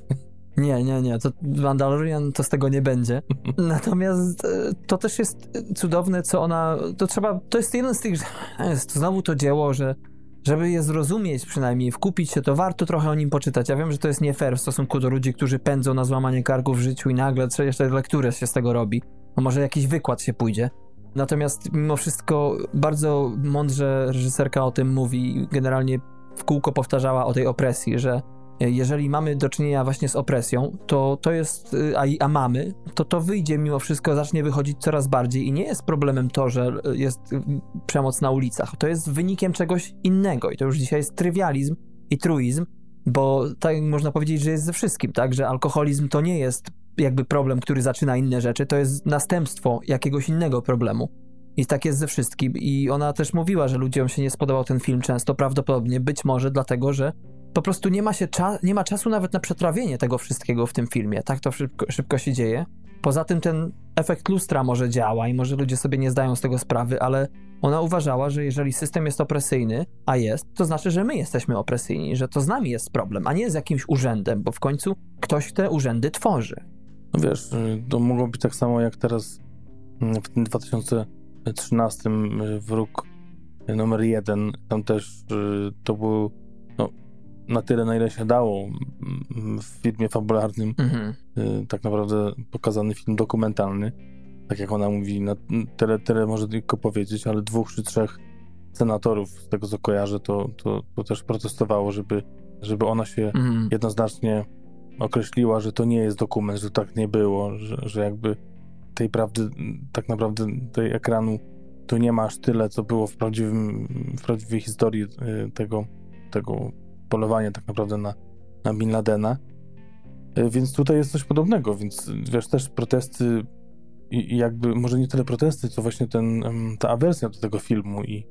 Nie, to Mandalorian to z tego nie będzie. Natomiast to też jest cudowne, co ona, to jest jeden z tych, znowu to dzieło, że żeby je zrozumieć przynajmniej, wkupić się, to warto trochę o nim poczytać. Ja wiem, że to jest nie fair w stosunku do ludzi, którzy pędzą na złamanie karku w życiu i nagle jeszcze lekturę się z tego robi. No może jakiś wykład się pójdzie. Natomiast mimo wszystko bardzo mądrze reżyserka o tym mówi i generalnie w kółko powtarzała o tej opresji, że jeżeli mamy do czynienia właśnie z opresją, to jest, a mamy, to wyjdzie mimo wszystko, zacznie wychodzić coraz bardziej i nie jest problemem to, że jest przemoc na ulicach. To jest wynikiem czegoś innego i to już dzisiaj jest trywializm i truizm, bo tak można powiedzieć, że jest ze wszystkim, tak, że alkoholizm to nie jest jakby problem, który zaczyna inne rzeczy, to jest następstwo jakiegoś innego problemu. I tak jest ze wszystkim. I ona też mówiła, że ludziom się nie spodobał ten film często, prawdopodobnie być może dlatego, że po prostu nie ma czasu nawet na przetrawienie tego wszystkiego w tym filmie. Tak to szybko się dzieje. Poza tym ten efekt lustra może działa i może ludzie sobie nie zdają z tego sprawy, ale ona uważała, że jeżeli system jest opresyjny, a jest, to znaczy, że my jesteśmy opresyjni, że to z nami jest problem, a nie z jakimś urzędem, bo w końcu ktoś te urzędy tworzy. No wiesz, to mogło być tak samo jak teraz w tym 2013 Wróg numer 1. Tam też to był na tyle, na ile się dało w filmie fabularnym, tak naprawdę pokazany film dokumentalny. Tak jak ona mówi, na tyle może tylko powiedzieć, ale 2 czy 3 senatorów, z tego co kojarzę, to też protestowało, żeby ona się jednoznacznie określiła, że to nie jest dokument, że tak nie było, że jakby tej prawdy, tak naprawdę tej ekranu to nie ma aż tyle, co było w prawdziwej historii tego polowania tak naprawdę na Bin Ladena. Więc tutaj jest coś podobnego, więc wiesz, też protesty i jakby może nie tyle protesty, co właśnie ta awersja do tego filmu i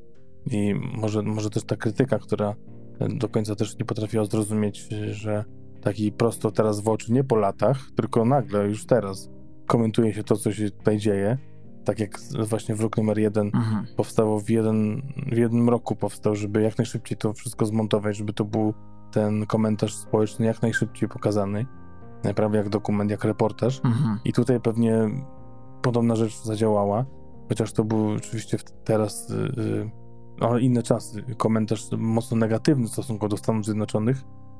może też ta krytyka, która do końca też nie potrafiła zrozumieć, że taki prosto teraz w oczy, nie po latach, tylko nagle, już teraz komentuje się to, co się tutaj dzieje. Tak jak właśnie Wróg numer 1 powstało w jednym roku powstał, żeby jak najszybciej to wszystko zmontować, żeby to był ten komentarz społeczny jak najszybciej pokazany. Prawie jak dokument, jak reportaż. I tutaj pewnie podobna rzecz zadziałała, chociaż to był oczywiście teraz ale inne czasy. Komentarz mocno negatywny w stosunku do Stanów Zjednoczonych,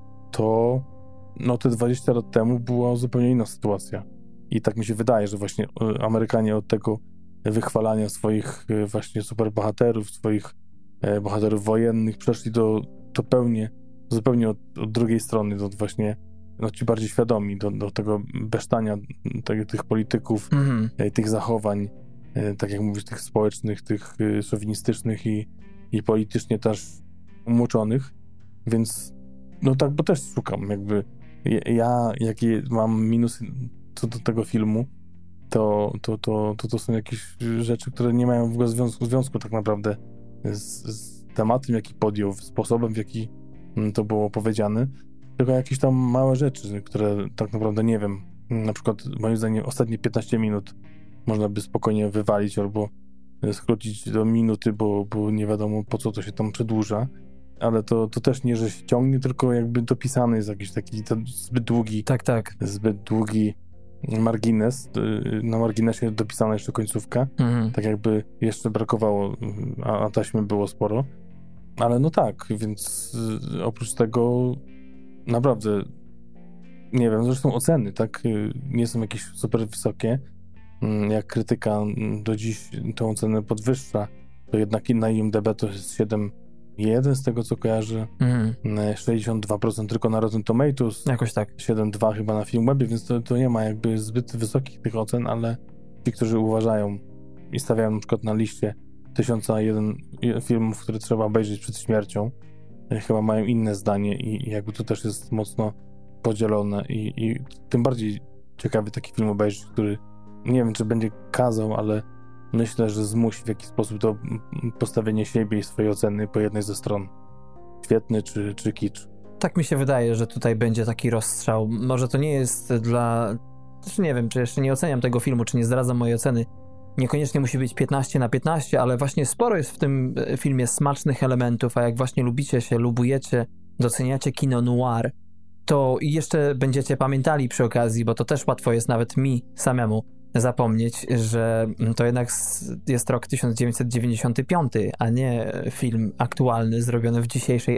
to te 20 lat temu była zupełnie inna sytuacja. I tak mi się wydaje, że właśnie Amerykanie od tego wychwalania swoich właśnie superbohaterów, swoich bohaterów wojennych przeszli do zupełnie od drugiej strony, do właśnie ci bardziej świadomi, do tego besztania tych polityków, tych zachowań, tak jak mówisz, tych społecznych, tych szowinistycznych i politycznie też umoczonych, więc no tak, bo też szukam jakby. Ja jakie mam minusy co do tego filmu, to są jakieś rzeczy, które nie mają w ogóle związku tak naprawdę z tematem, jaki podjął, sposobem, w jaki to było powiedziane, tylko jakieś tam małe rzeczy, które tak naprawdę nie wiem. Na przykład moim zdaniem ostatnie 15 minut można by spokojnie wywalić albo skrócić do minuty, bo nie wiadomo po co to się tam przedłuża, ale to też nie, że się ciągnie, tylko jakby dopisany jest jakiś taki zbyt długi margines, na marginesie dopisana jeszcze końcówka, tak jakby jeszcze brakowało, a taśmy było sporo, ale no tak, więc oprócz tego naprawdę nie wiem, zresztą oceny, tak, nie są jakieś super wysokie, jak krytyka do dziś tą ocenę podwyższa, to jednak na IMDb to jest 7,1 z tego co kojarzę, 62% tylko na Rotten Tomatoes, jakoś tak, 7,2 chyba na Filmwebie, więc to nie ma jakby zbyt wysokich tych ocen, ale ci, którzy uważają i stawiają na przykład na liście 1001 filmów, które trzeba obejrzeć przed śmiercią, chyba mają inne zdanie i jakby to też jest mocno podzielone i tym bardziej ciekawy taki film obejrzeć, który nie wiem, czy będzie kazał, ale myślę, że zmusi w jakiś sposób to postawienie siebie i swojej oceny po jednej ze stron. Świetny czy kicz. Tak mi się wydaje, że tutaj będzie taki rozstrzał. Może to nie jest dla... nie wiem, czy jeszcze nie oceniam tego filmu, czy nie zdradzam mojej oceny. Niekoniecznie musi być 15/15, ale właśnie sporo jest w tym filmie smacznych elementów, a jak właśnie lubujecie, doceniacie kino noir, to i jeszcze będziecie pamiętali przy okazji, bo to też łatwo jest nawet mi samemu zapomnieć, że to jednak jest rok 1995, a nie film aktualny, zrobiony w dzisiejszej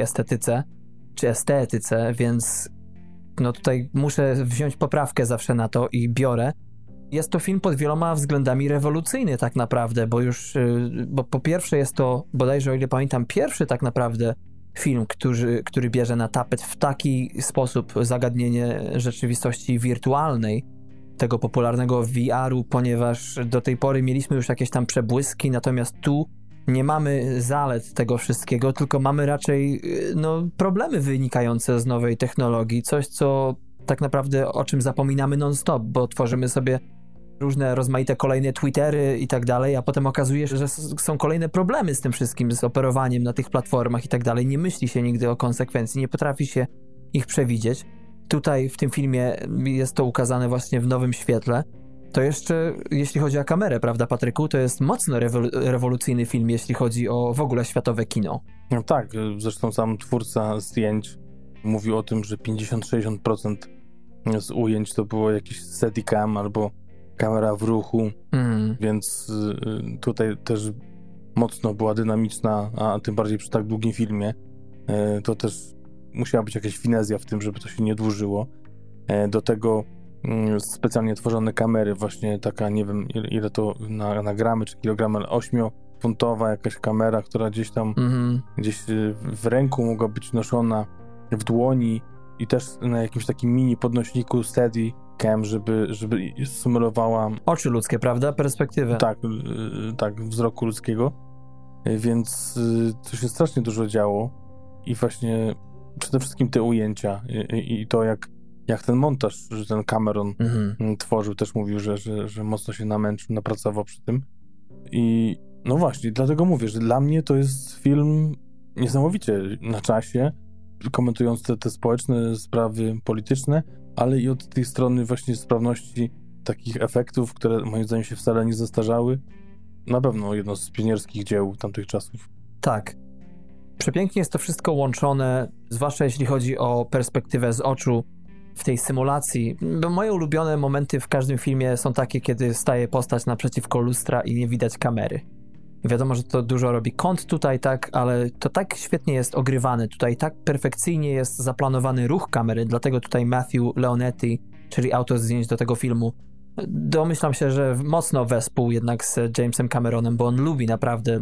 estetyce, więc no tutaj muszę wziąć poprawkę zawsze na to i biorę. Jest to film pod wieloma względami rewolucyjny tak naprawdę, bo po pierwsze jest to, bodajże o ile pamiętam, pierwszy tak naprawdę film, który bierze na tapet w taki sposób zagadnienie rzeczywistości wirtualnej, tego popularnego VR-u, ponieważ do tej pory mieliśmy już jakieś tam przebłyski, natomiast tu nie mamy zalet tego wszystkiego, tylko mamy raczej problemy wynikające z nowej technologii, coś co tak naprawdę o czym zapominamy non-stop, bo tworzymy sobie różne rozmaite kolejne Twittery i tak dalej, a potem okazuje się, że są kolejne problemy z tym wszystkim, z operowaniem na tych platformach i tak dalej. Nie myśli się nigdy o konsekwencji, nie potrafi się ich przewidzieć. Tutaj w tym filmie jest to ukazane właśnie w nowym świetle. To jeszcze, jeśli chodzi o kamerę, prawda, Patryku, to jest mocno rewolucyjny film, jeśli chodzi o w ogóle światowe kino. No tak, zresztą sam twórca zdjęć mówił o tym, że 50-60% z ujęć to było jakiś steadicam albo kamera w ruchu, więc tutaj też mocno była dynamiczna, a tym bardziej przy tak długim filmie, to też musiała być jakaś finezja w tym, żeby to się nie dłużyło. Do tego specjalnie tworzone kamery, właśnie taka, nie wiem ile to na gramy czy kilogramy, ale 8-funtowa jakaś kamera, która gdzieś tam gdzieś w ręku mogła być noszona, w dłoni i też na jakimś takim mini podnośniku Steadicam, żeby symulowała oczy ludzkie, prawda? Perspektywę. Tak, wzroku ludzkiego. Więc to się strasznie dużo działo i właśnie przede wszystkim te ujęcia i to jak ten montaż, że ten Cameron tworzył, też mówił, że mocno się namęczył, napracował przy tym. I no właśnie, dlatego mówię, że dla mnie to jest film niesamowicie na czasie, komentując te społeczne sprawy polityczne, ale i od tej strony właśnie sprawności takich efektów, które moim zdaniem się wcale nie zestarzały. Na pewno jedno z pionierskich dzieł tamtych czasów. Tak. Przepięknie jest to wszystko łączone, zwłaszcza jeśli chodzi o perspektywę z oczu w tej symulacji. Bo moje ulubione momenty w każdym filmie są takie, kiedy staje postać naprzeciwko lustra i nie widać kamery. Wiadomo, że to dużo robi kąt tutaj, tak, ale to tak świetnie jest ogrywane. Tutaj tak perfekcyjnie jest zaplanowany ruch kamery, dlatego tutaj Matthew Leonetti, czyli autor zdjęć do tego filmu, domyślam się, że mocno wespół jednak z Jamesem Cameronem, bo on lubi naprawdę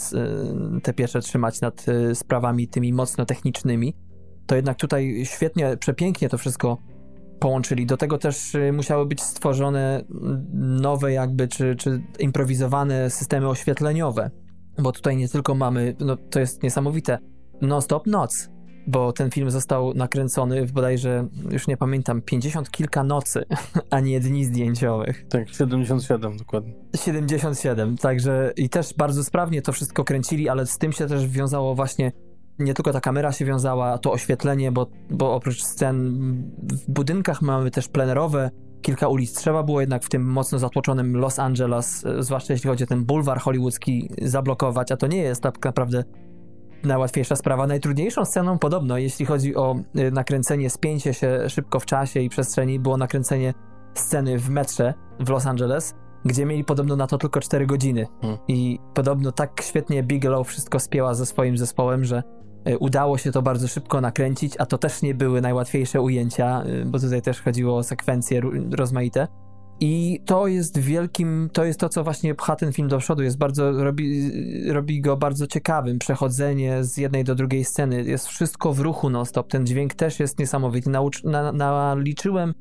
te piecze trzymać nad sprawami tymi mocno technicznymi. To jednak tutaj świetnie, przepięknie to wszystko połączyli. Do tego też musiały być stworzone nowe jakby, czy improwizowane systemy oświetleniowe, bo tutaj nie tylko mamy, no to jest niesamowite, non-stop noc, bo ten film został nakręcony w bodajże, już nie pamiętam, 50 kilka nocy, a nie dni zdjęciowych. Tak, 77 dokładnie. 77, także i też bardzo sprawnie to wszystko kręcili, ale z tym się też wiązało właśnie, nie tylko ta kamera się wiązała, to oświetlenie, bo oprócz scen w budynkach mamy też plenerowe, kilka ulic. Trzeba było jednak w tym mocno zatłoczonym Los Angeles, zwłaszcza jeśli chodzi o ten bulwar hollywoodzki, zablokować, a to nie jest tak naprawdę najłatwiejsza sprawa. Najtrudniejszą sceną podobno, jeśli chodzi o nakręcenie, spięcie się szybko w czasie i przestrzeni, było nakręcenie sceny w metrze w Los Angeles, gdzie mieli podobno na to tylko 4 godziny. I podobno tak świetnie Bigelow wszystko spięła ze swoim zespołem, że udało się to bardzo szybko nakręcić, a to też nie były najłatwiejsze ujęcia, bo tutaj też chodziło o sekwencje rozmaite. I to jest to jest to, co właśnie pcha ten film do przodu, robi go bardzo ciekawym, przechodzenie z jednej do drugiej sceny, jest wszystko w ruchu non-stop, ten dźwięk też jest niesamowity. Naliczyłem,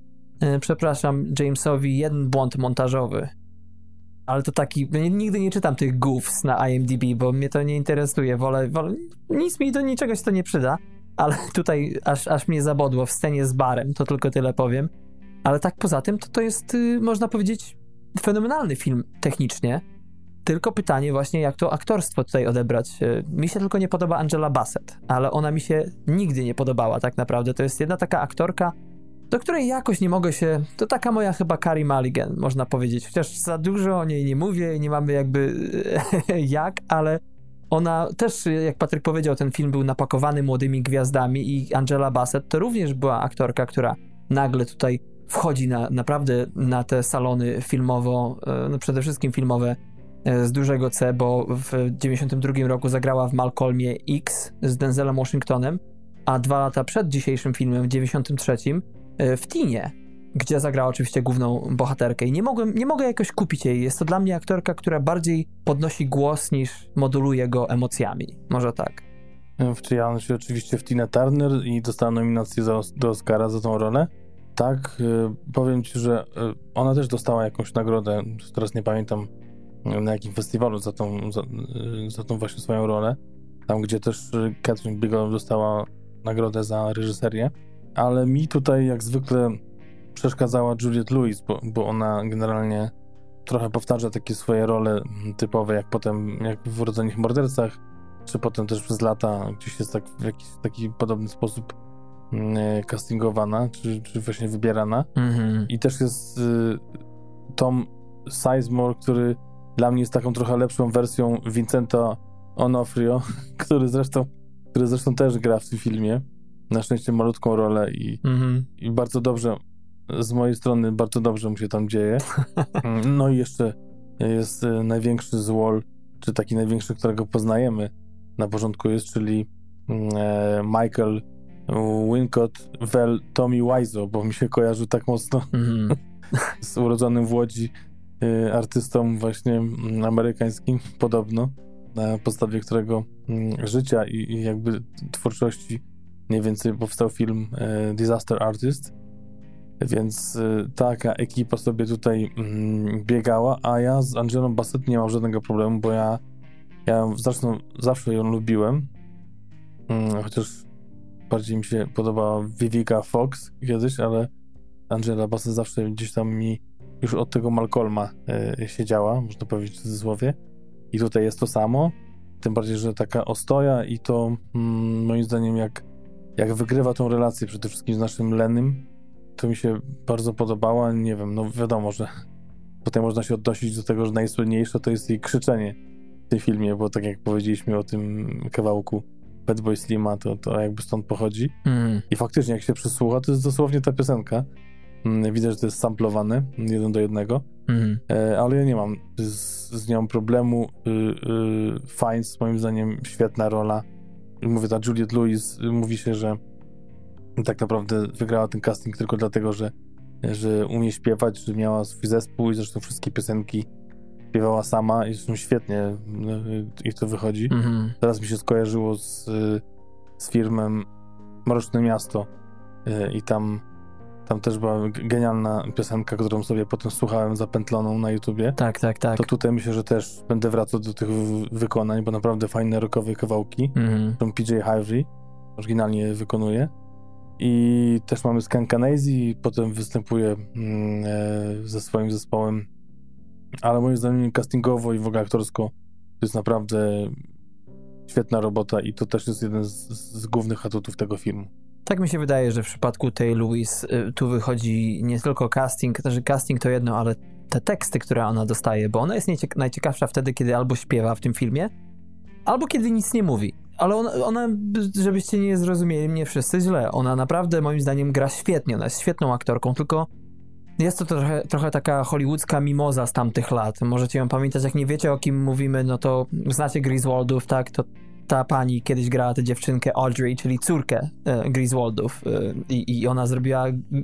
Jamesowi 1 błąd montażowy, ale to taki, nigdy nie czytam tych goofs na IMDb, bo mnie to nie interesuje, wolę nic mi do niczego się to nie przyda, ale tutaj aż mnie zabodło w scenie z barem, to tylko tyle powiem. Ale tak poza tym, to jest, można powiedzieć, fenomenalny film technicznie. Tylko pytanie właśnie, jak to aktorstwo tutaj odebrać. Mi się tylko nie podoba Angela Bassett, ale ona mi się nigdy nie podobała tak naprawdę. To jest jedna taka aktorka, do której jakoś nie mogę się... To taka moja chyba Carey Mulligan, można powiedzieć. Chociaż za dużo o niej nie mówię i nie mamy jakby jak, ale ona też, jak Patryk powiedział, ten film był napakowany młodymi gwiazdami i Angela Bassett to również była aktorka, która nagle tutaj wchodzi naprawdę na te salony filmowo, no przede wszystkim filmowe z dużego C, bo w 92 roku zagrała w Malcolmie X z Denzelem Washingtonem, a 2 lata przed dzisiejszym filmem, w 93 w Teenie, gdzie zagrała oczywiście główną bohaterkę i nie mogę jakoś kupić jej. Jest to dla mnie aktorka, która bardziej podnosi głos niż moduluje go emocjami. Może tak. Wczyjałem się oczywiście w Tina Turner i dostała nominację do Oscara za tą rolę. Tak, powiem ci, że ona też dostała jakąś nagrodę, teraz nie pamiętam na jakim festiwalu za tą właśnie swoją rolę, tam gdzie też Catherine Bigelow dostała nagrodę za reżyserię, ale mi tutaj jak zwykle przeszkadzała Juliette Lewis, bo ona generalnie trochę powtarza takie swoje role typowe, jak potem jak w Urodzonych Mordercach, czy potem też przez lata gdzieś jest tak w jakiś taki podobny sposób castingowana, czy właśnie wybierana. I też jest Tom Sizemore, który dla mnie jest taką trochę lepszą wersją Vincenta Onofrio, który zresztą też gra w tym filmie. Na szczęście malutką rolę i bardzo dobrze, z mojej strony bardzo dobrze mu się tam dzieje. No i jeszcze jest największy z Wall, czy taki największy, którego poznajemy na porządku jest, czyli Michael Wincott Vel Tommy Wiseau, bo mi się kojarzył tak mocno z urodzonym w Łodzi artystą właśnie amerykańskim podobno, na podstawie którego życia i jakby twórczości mniej więcej powstał film Disaster Artist, więc taka ekipa sobie tutaj biegała, a ja z Angelą Bassett nie mam żadnego problemu, bo ja zawsze ją lubiłem, chociaż bardziej mi się podobała Vivica Fox kiedyś, ale Angela Bassett zawsze gdzieś tam mi już od tego Malcolma siedziała, można powiedzieć w cudzysłowie. I tutaj jest to samo, tym bardziej, że taka ostoja i to moim zdaniem jak wygrywa tą relację przede wszystkim z naszym Lenym, to mi się bardzo podobała. Nie wiem, no wiadomo, że tutaj można się odnosić do tego, że najsłynniejsze to jest jej krzyczenie w tym filmie, bo tak jak powiedzieliśmy o tym kawałku Fatboy Slima, to jakby stąd pochodzi. I faktycznie jak się przysłucha, to jest dosłownie ta piosenka. Widzę, że to jest samplowane 1 do 1, ale ja nie mam z nią problemu. Fiennes, moim zdaniem, świetna rola. Mówię, ta Juliette Lewis, mówi się, że tak naprawdę wygrała ten casting tylko dlatego, że umie śpiewać, że miała swój zespół i zresztą wszystkie piosenki śpiewała sama i zresztą świetnie ich to wychodzi. Teraz mi się skojarzyło z filmem Mroczne Miasto i tam tam też była genialna piosenka, którą sobie potem słuchałem zapętloną na YouTubie. Tak. To tutaj myślę, że też będę wracał do tych wykonań, bo naprawdę fajne rockowe kawałki. Tą PJ Harvey oryginalnie wykonuje. I też mamy Skankanese i potem występuje ze swoim zespołem. Ale moim zdaniem castingowo i w ogóle aktorsko to jest naprawdę świetna robota i to też jest jeden z głównych atutów tego filmu. Tak mi się wydaje, że w przypadku tej Louise tu wychodzi nie tylko casting, że casting to jedno, ale te teksty, które ona dostaje, bo ona jest najciekawsza wtedy, kiedy albo śpiewa w tym filmie, albo kiedy nic nie mówi. Ale ona, żebyście nie zrozumieli mnie wszyscy źle, ona naprawdę moim zdaniem gra świetnie, ona jest świetną aktorką, tylko jest to trochę taka hollywoodzka mimoza z tamtych lat. Możecie ją pamiętać, jak nie wiecie, o kim mówimy, no to znacie Griswoldów, tak? To ta pani kiedyś grała tę dziewczynkę Audrey, czyli córkę Griswoldów i ona zrobiła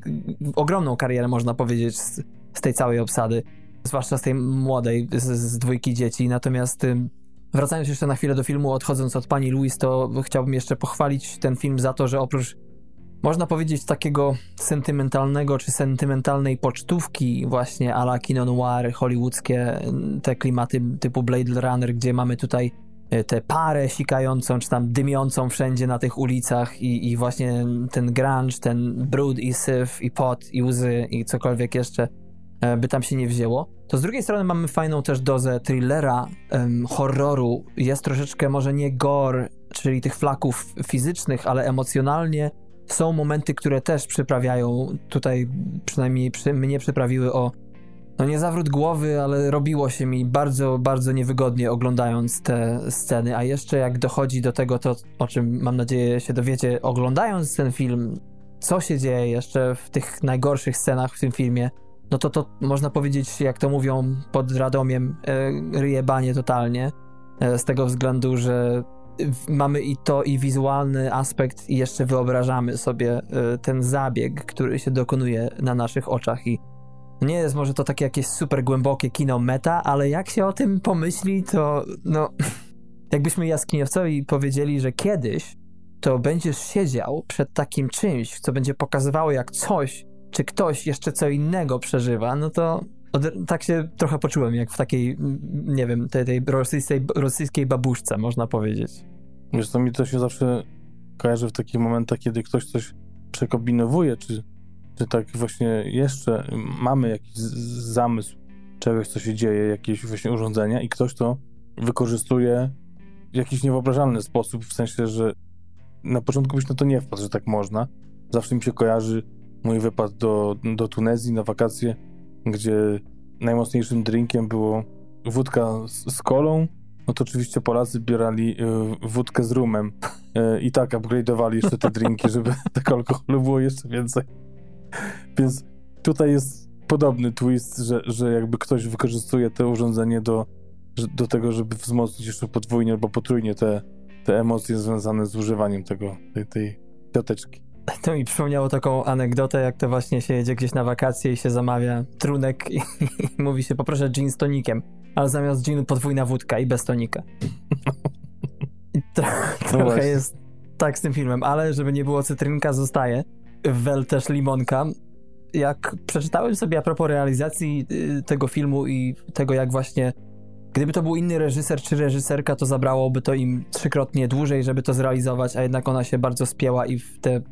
ogromną karierę, można powiedzieć, z tej całej obsady, zwłaszcza z tej młodej, z dwójki dzieci. Natomiast wracając jeszcze na chwilę do filmu, odchodząc od pani Louise, to chciałbym jeszcze pochwalić ten film za to, że oprócz, można powiedzieć, takiego sentymentalnego czy sentymentalnej pocztówki właśnie a la kino noir, hollywoodzkie, te klimaty typu Blade Runner, gdzie mamy tutaj tę parę sikającą, czy tam dymiącą wszędzie na tych ulicach i właśnie ten grunge, ten brud i syf i pot i łzy i cokolwiek jeszcze by tam się nie wzięło, to z drugiej strony mamy fajną też dozę thrillera, horroru, jest troszeczkę może nie gore, czyli tych flaków fizycznych, ale emocjonalnie są momenty, które też przyprawiają, tutaj przynajmniej mnie przyprawiły o no nie zawrót głowy, ale robiło się mi bardzo, bardzo niewygodnie oglądając te sceny, a jeszcze jak dochodzi do tego, to o czym mam nadzieję się dowiecie oglądając ten film, co się dzieje jeszcze w tych najgorszych scenach w tym filmie, no to można powiedzieć, jak to mówią pod Radomiem, ryjebanie totalnie, z tego względu, że mamy i to, i wizualny aspekt i jeszcze wyobrażamy sobie ten zabieg, który się dokonuje na naszych oczach i nie jest może to takie jakieś super głębokie kino meta, ale jak się o tym pomyśli, to no jakbyśmy jaskiniowcowi powiedzieli, że kiedyś to będziesz siedział przed takim czymś, co będzie pokazywało jak coś, czy ktoś jeszcze co innego przeżywa, no to tak się trochę poczułem, jak w takiej, nie wiem, tej rosyjskiej babuszce, można powiedzieć. Wiesz co, mi to się zawsze kojarzy w takich momentach, kiedy ktoś coś przekombinowuje, czy tak właśnie jeszcze mamy jakiś zamysł czegoś, co się dzieje, jakieś właśnie urządzenia i ktoś to wykorzystuje w jakiś niewyobrażalny sposób, w sensie, że na początku byś na to nie wpadł, że tak można. Zawsze mi się kojarzy mój wypad do Tunezji na wakacje, gdzie najmocniejszym drinkiem było wódka z kolą, no to oczywiście Polacy bierali wódkę z rumem i tak upgrade'owali jeszcze te drinki, żeby tego alkoholu było jeszcze więcej. Więc tutaj jest podobny twist, że jakby ktoś wykorzystuje to urządzenie do tego, żeby wzmocnić jeszcze podwójnie albo potrójnie te emocje związane z używaniem tej piąteczki. To mi przypomniało taką anegdotę, jak to właśnie się jedzie gdzieś na wakacje i się zamawia trunek i mówi się poproszę gin z tonikiem, ale zamiast ginu podwójna wódka i bez tonika. I trochę jest tak z tym filmem, ale żeby nie było, cytrynka zostaje, wel też limonka. Jak przeczytałem sobie a propos realizacji tego filmu i tego, jak właśnie gdyby to był inny reżyser czy reżyserka, to zabrałoby to im 3-krotnie dłużej, żeby to zrealizować, a jednak ona się bardzo spięła i w te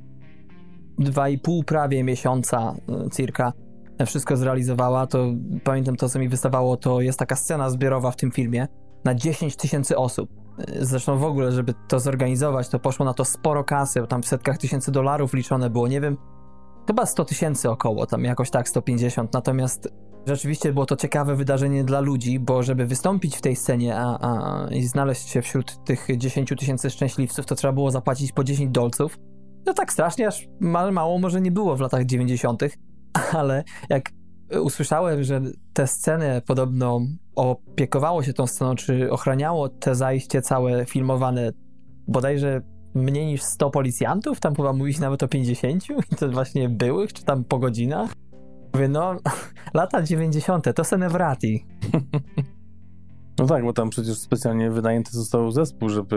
2,5 prawie miesiąca circa wszystko zrealizowała. To pamiętam, to co mi wystawało, to jest taka scena zbiorowa w tym filmie na 10 000 osób. Zresztą w ogóle, żeby to zorganizować, to poszło na to sporo kasy, bo tam w setkach tysięcy dolarów liczone było, nie wiem, chyba 100 000 około, tam jakoś tak 150, natomiast rzeczywiście było to ciekawe wydarzenie dla ludzi, bo żeby wystąpić w tej scenie i znaleźć się wśród tych 10 000 szczęśliwców, to trzeba było zapłacić po $10. No tak strasznie, aż mało może nie było w latach 90., ale jak usłyszałem, że tę scenę podobno opiekowało się tą sceną, czy ochraniało te zajście całe filmowane bodajże mniej niż 100 policjantów, tam chyba mówić nawet o 50 i to właśnie byłych, czy tam po godzinach. Mówię, no, lata 90. to se ne vrati. No tak, bo tam przecież specjalnie wynajęty został zespół, żeby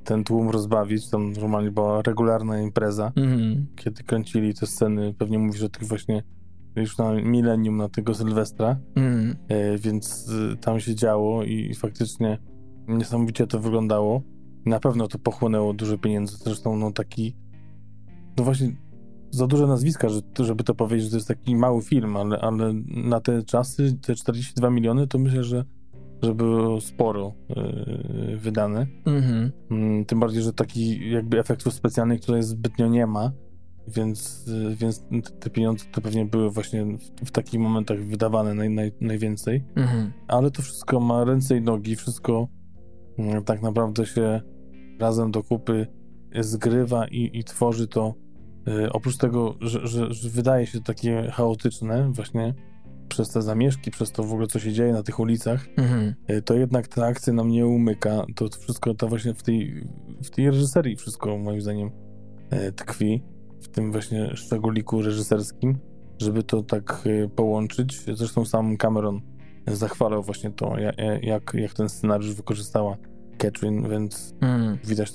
ten tłum rozbawić. Tam normalnie była regularna impreza, kiedy kręcili te sceny. Pewnie mówisz o tych właśnie już na milenium, na tego Sylwestra, więc tam się działo i faktycznie niesamowicie to wyglądało. Na pewno to pochłonęło dużo pieniędzy. Zresztą no taki, no właśnie za duże nazwiska, żeby to powiedzieć, że to jest taki mały film, ale na te czasy, te 42 miliony, to myślę, że było sporo wydane. Tym bardziej, że takich jakby efektów specjalnych tutaj zbytnio nie ma, więc te pieniądze to pewnie były właśnie w takich momentach wydawane najwięcej. Ale to wszystko ma ręce i nogi, wszystko tak naprawdę się razem do kupy zgrywa i tworzy to. Oprócz tego, że wydaje się takie chaotyczne właśnie przez te zamieszki, przez to w ogóle, co się dzieje na tych ulicach, to jednak ta akcja nam nie umyka. To wszystko to właśnie w tej reżyserii wszystko moim zdaniem tkwi, w tym właśnie szczególiku reżyserskim, żeby to tak połączyć. Zresztą sam Cameron zachwalał właśnie to, jak ten scenariusz wykorzystała Catherine, więc widać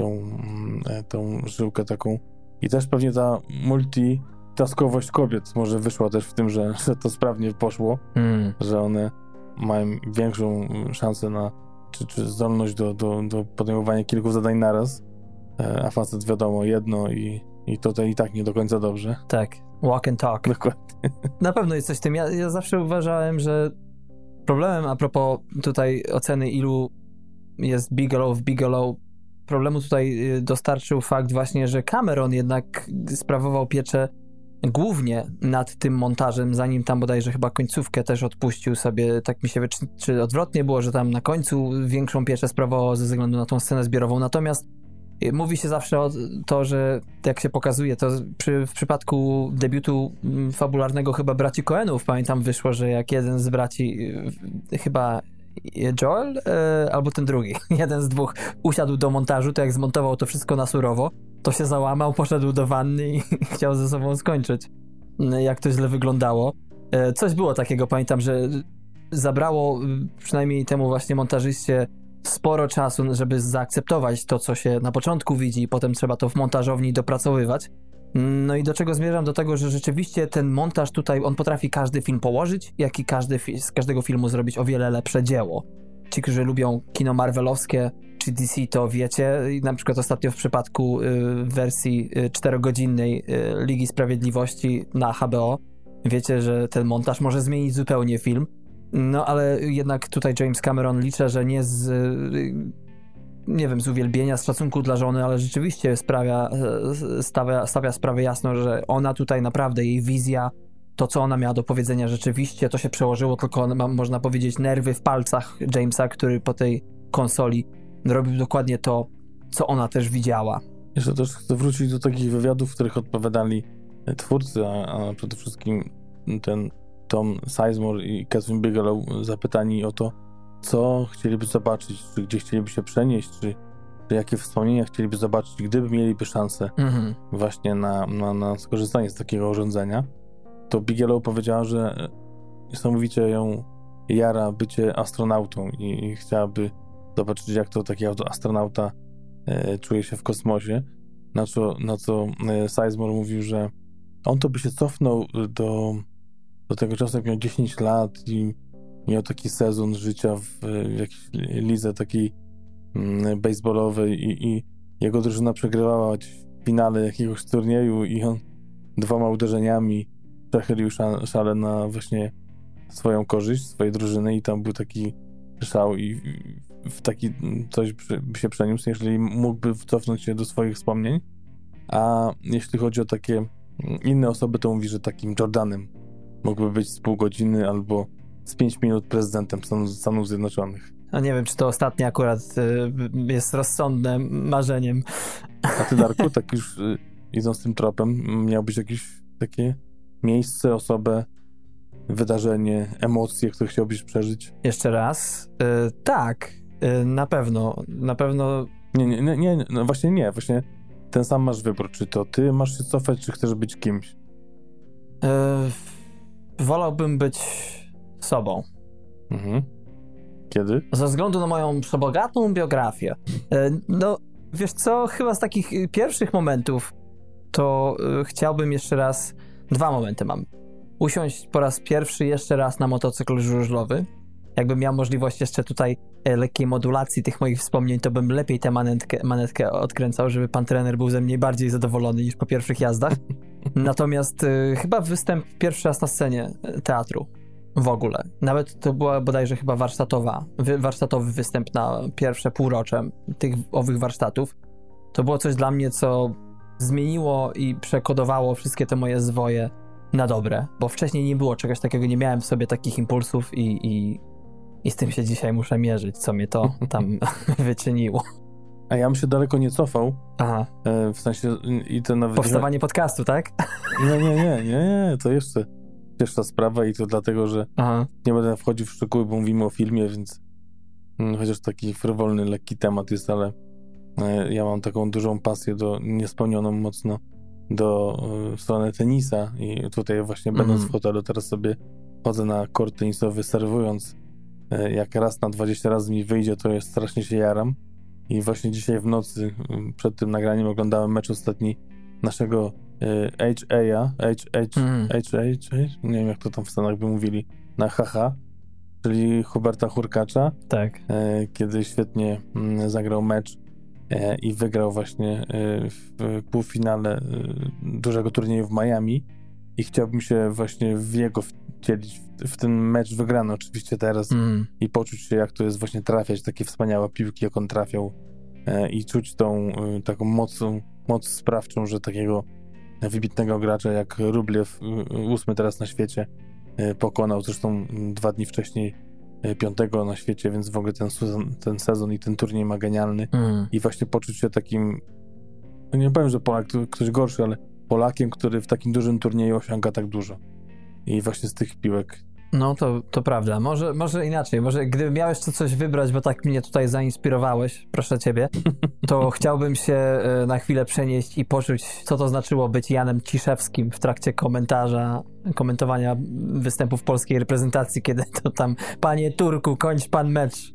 tą żyłkę taką. I też pewnie ta multitaskowość kobiet może wyszła też w tym, że to sprawnie poszło, że one mają większą szansę na czy zdolność do podejmowania kilku zadań naraz, a facet wiadomo jedno i to i tak nie do końca dobrze. Tak, walk and talk. Dokładnie. Na pewno jest coś w tym. Ja zawsze uważałem, że problemem a propos tutaj oceny, ilu jest Bigelow w Bigelow, problemu tutaj dostarczył fakt właśnie, że Cameron jednak sprawował pieczę głównie nad tym montażem, zanim tam bodajże chyba końcówkę też odpuścił sobie, tak mi się wydaje, czy odwrotnie było, że tam na końcu większą pieczę sprawował ze względu na tą scenę zbiorową. Natomiast mówi się zawsze o to, że jak się pokazuje, to w przypadku debiutu fabularnego chyba braci Coenów, pamiętam, wyszło, że jak jeden z braci, chyba Joel, albo ten drugi, jeden z dwóch usiadł do montażu, to jak zmontował to wszystko na surowo, to się załamał, poszedł do wanny i chciał ze sobą skończyć. Jak to źle wyglądało. Coś było takiego, pamiętam, że zabrało przynajmniej temu właśnie montażyście sporo czasu, żeby zaakceptować to, co się na początku widzi i potem trzeba to w montażowni dopracowywać. No i do czego zmierzam? Do tego, że rzeczywiście ten montaż tutaj, on potrafi każdy film położyć, jak i z każdego filmu zrobić o wiele lepsze dzieło. Ci, którzy lubią kino marvelowskie czy DC, to wiecie, na przykład ostatnio w przypadku wersji 4-godzinnej Ligi Sprawiedliwości na HBO, wiecie, że ten montaż może zmienić zupełnie film. No ale jednak tutaj James Cameron liczę, że nie z uwielbienia, z szacunku dla żony, ale rzeczywiście stawia sprawę jasno, że ona tutaj naprawdę, jej wizja, to co ona miała do powiedzenia, rzeczywiście to się przełożyło, tylko można powiedzieć nerwy w palcach Jamesa, który po tej konsoli robił dokładnie to, co ona też widziała. Jeszcze też chcę wrócić do takich wywiadów, w których odpowiadali twórcy, a przede wszystkim ten Tom Sizemore i Catherine Bigelow zapytani o to, co chcieliby zobaczyć, czy gdzie chcieliby się przenieść, czy jakie wspomnienia chcieliby zobaczyć, gdyby mieliby szansę właśnie na skorzystanie z takiego urządzenia, to Bigelow powiedziała, że niesamowicie ją jara bycie astronautą i chciałaby zobaczyć, jak to taki astronauta czuje się w kosmosie, na co Sizemore mówił, że on to by się cofnął do tego czasu, jak miał 10 lat i miał taki sezon życia w jakiejś lidze takiej baseballowej i jego drużyna przegrywała w finale jakiegoś turnieju i on 2 uderzeniami przechylił szale na właśnie swoją korzyść, swojej drużyny i tam był taki szał i w taki coś by się przeniósł, jeżeli mógłby cofnąć się do swoich wspomnień. A jeśli chodzi o takie inne osoby, to mówi, że takim Jordanem mógłby być z pół godziny albo z 5 minut prezydentem Stanów Zjednoczonych. A nie wiem, czy to ostatnie akurat jest rozsądnym marzeniem. A ty, Darku, tak już idąc tym tropem, miałbyś jakieś takie miejsce, osobę, wydarzenie, emocje, które chciałbyś przeżyć? Jeszcze raz? Tak, na pewno. Nie, no właśnie nie. Właśnie ten sam masz wybór. Czy to ty masz się cofać, czy chcesz być kimś? Wolałbym być sobą. Kiedy? Ze względu na moją przebogatą biografię. No, Wiesz co, chyba z takich pierwszych momentów to chciałbym jeszcze raz, 2 momenty mam. Usiąść po raz pierwszy jeszcze raz na motocykl żużlowy. Jakbym miał możliwość jeszcze tutaj lekkiej modulacji tych moich wspomnień, to bym lepiej tę manetkę odkręcał, żeby pan trener był ze mnie bardziej zadowolony niż po pierwszych jazdach. Natomiast chyba występ pierwszy raz na scenie teatru w ogóle. Nawet to była bodajże chyba warsztatowy występ na pierwsze półrocze owych warsztatów. To było coś dla mnie, co zmieniło i przekodowało wszystkie te moje zwoje na dobre, bo wcześniej nie było czegoś takiego, nie miałem w sobie takich impulsów i z tym się dzisiaj muszę mierzyć, co mnie to tam wyczyniło. A ja bym się daleko nie cofał. Aha. W sensie i to nawet... Powstawanie podcastu, tak? Nie, to jeszcze pierwsza sprawa i to dlatego, że nie będę wchodził w szczegóły, bo mówimy o filmie, więc chociaż taki frywolny, lekki temat jest, ale ja mam taką dużą pasję niespełnioną mocno do strony tenisa i tutaj właśnie będąc w hotelu teraz sobie chodzę na kort tenisowy serwując. Jak raz na 20 razy mi wyjdzie, to jest strasznie się jaram. I właśnie dzisiaj w nocy przed tym nagraniem oglądałem mecz ostatni naszego nie wiem jak to tam w Stanach by mówili, na HH, czyli Huberta Hurkacza. Tak. Kiedy świetnie zagrał mecz i wygrał właśnie w półfinale dużego turnieju w Miami i chciałbym się właśnie w jego wcielić w ten mecz wygrany oczywiście teraz i poczuć się jak to jest właśnie trafiać takie wspaniałe piłki jak on trafiał i czuć tą taką moc sprawczą, że takiego wybitnego gracza jak Rublew, 8 teraz na świecie, pokonał zresztą 2 dni wcześniej 5 na świecie, więc w ogóle ten sezon i ten turniej ma genialny i właśnie poczuć się takim, nie powiem, że Polak to ktoś gorszy, ale Polakiem, który w takim dużym turnieju osiąga tak dużo i właśnie z tych piłek. No to prawda, może inaczej, może gdyby miałeś coś wybrać, bo tak mnie tutaj zainspirowałeś, proszę ciebie, to chciałbym się na chwilę przenieść i poczuć, co to znaczyło być Janem Ciszewskim w trakcie komentowania występów polskiej reprezentacji, kiedy to tam panie Turku, kończ pan mecz.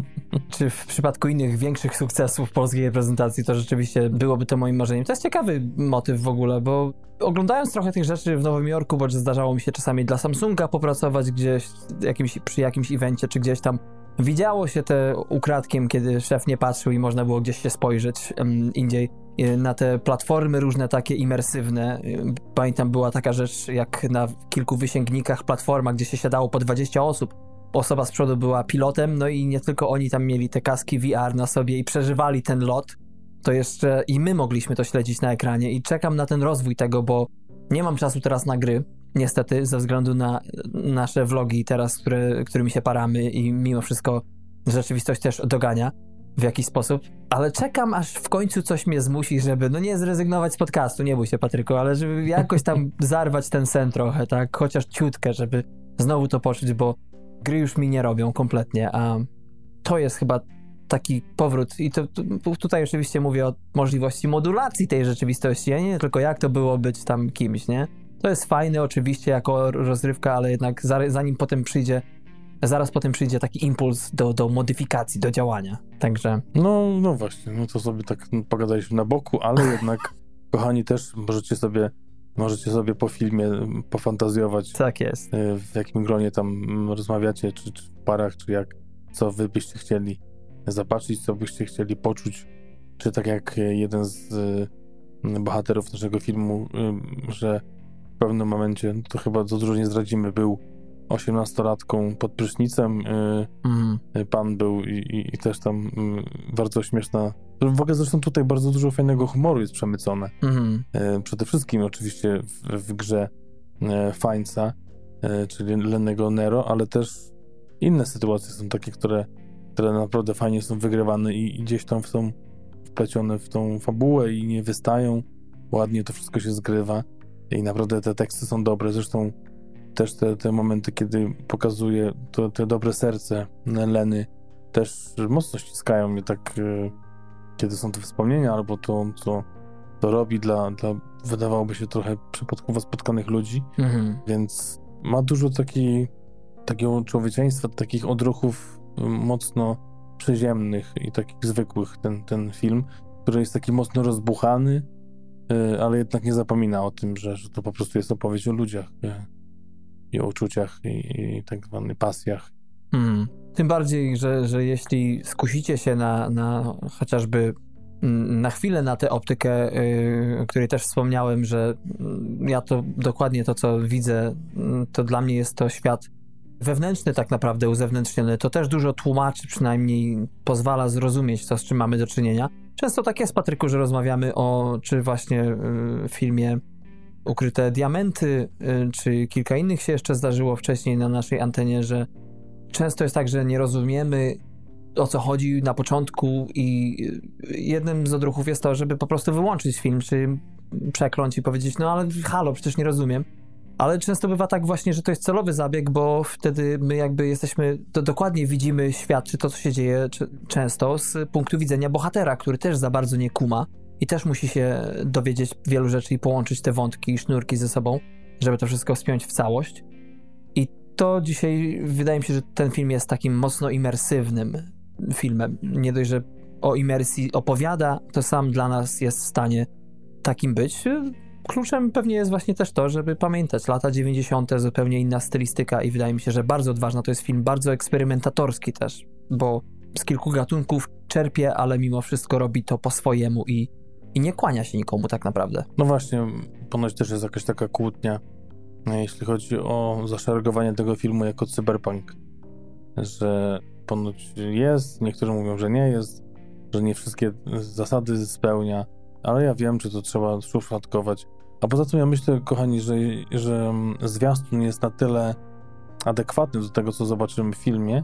Czy w przypadku innych większych sukcesów polskiej reprezentacji to rzeczywiście byłoby to moim marzeniem. To jest ciekawy motyw w ogóle, bo oglądając trochę tych rzeczy w Nowym Jorku, bo zdarzało mi się czasami dla Samsunga popracować gdzieś przy jakimś evencie, czy gdzieś tam widziało się te ukradkiem, kiedy szef nie patrzył i można było gdzieś się spojrzeć indziej na te platformy różne takie imersywne. Pamiętam, była taka rzecz jak na kilku wysięgnikach platforma, gdzie się siadało po 20 osób. Osoba z przodu była pilotem, no i nie tylko oni tam mieli te kaski VR na sobie i przeżywali ten lot, to jeszcze i my mogliśmy to śledzić na ekranie i czekam na ten rozwój tego, bo nie mam czasu teraz na gry, niestety, ze względu na nasze vlogi teraz, którymi się paramy i mimo wszystko rzeczywistość też dogania w jakiś sposób, ale czekam, aż w końcu coś mnie zmusi, żeby, no nie zrezygnować z podcastu, nie bój się Patryku, ale żeby jakoś tam zarwać ten sen trochę, tak, chociaż ciutkę, żeby znowu to poczuć, bo gry już mi nie robią kompletnie, a to jest chyba taki powrót i to tutaj oczywiście mówię o możliwości modulacji tej rzeczywistości, a nie tylko jak to było być tam kimś, nie? To jest fajne oczywiście jako rozrywka, ale jednak zaraz potem przyjdzie taki impuls do modyfikacji, do działania, także... No właśnie, no to sobie tak pogadaliśmy na boku, ale jednak, kochani, też możecie sobie po filmie pofantazjować. Tak jest. W jakim gronie tam rozmawiacie, czy w parach, czy co wy byście chcieli zobaczyć, co byście chcieli poczuć, czy tak jak jeden z bohaterów naszego filmu, że w pewnym momencie, to chyba za dużo nie zdradzimy, był 18-latką pod prysznicem, pan był i też tam bardzo śmieszna. W ogóle zresztą tutaj bardzo dużo fajnego humoru jest przemycone. Przede wszystkim oczywiście w grze Fainsa, czyli Lennego Nero, ale też inne sytuacje są takie, które naprawdę fajnie są wygrywane i gdzieś tam są wplecione w tą fabułę i nie wystają. Ładnie to wszystko się zgrywa i naprawdę te teksty są dobre. Zresztą też te momenty, kiedy pokazuje te dobre serce Leny, też mocno ściskają mnie tak, kiedy są te wspomnienia, albo to, co to robi dla wydawałoby się trochę przypadkowo spotkanych ludzi, więc ma dużo takiego człowieczeństwa, takich odruchów mocno przyziemnych i takich zwykłych ten film który jest taki mocno rozbuchany, ale jednak nie zapomina o tym, że to po prostu jest opowieść o ludziach i o uczuciach i tak zwanych pasjach. Tym bardziej, że jeśli skusicie się na chociażby na chwilę na tę optykę, o której też wspomniałem, że ja to dokładnie to, co widzę, to dla mnie jest to świat wewnętrzny tak naprawdę, uzewnętrzniony. To też dużo tłumaczy, przynajmniej pozwala zrozumieć to, z czym mamy do czynienia. Często tak jest, Patryku, że rozmawiamy czy właśnie w filmie Ukryte Diamenty, czy kilka innych się jeszcze zdarzyło wcześniej na naszej antenie, że często jest tak, że nie rozumiemy, o co chodzi na początku i jednym z odruchów jest to, żeby po prostu wyłączyć film, czy przekląć i powiedzieć, no ale halo, przecież nie rozumiem. Ale często bywa tak właśnie, że to jest celowy zabieg, bo wtedy my jakby jesteśmy, to dokładnie widzimy świat, czy to, co się dzieje często z punktu widzenia bohatera, który też za bardzo nie kuma i też musi się dowiedzieć wielu rzeczy i połączyć te wątki i sznurki ze sobą, żeby to wszystko wspiąć w całość. I to dzisiaj wydaje mi się, że ten film jest takim mocno imersywnym filmem. Nie dość, że o imersji opowiada, to sam dla nas jest w stanie takim być. Kluczem pewnie jest właśnie też to, żeby pamiętać lata 90., zupełnie inna stylistyka i wydaje mi się, że bardzo odważna. To jest film bardzo eksperymentatorski też, bo z kilku gatunków czerpie, ale mimo wszystko robi to po swojemu i nie kłania się nikomu tak naprawdę. No właśnie, ponoć też jest jakaś taka kłótnia, jeśli chodzi o zaszeregowanie tego filmu jako cyberpunk, że ponoć jest, niektórzy mówią, że nie jest, że nie wszystkie zasady spełnia, ale ja wiem, że to trzeba szufladkować. A poza tym ja myślę, kochani, że zwiastun jest na tyle adekwatny do tego, co zobaczymy w filmie,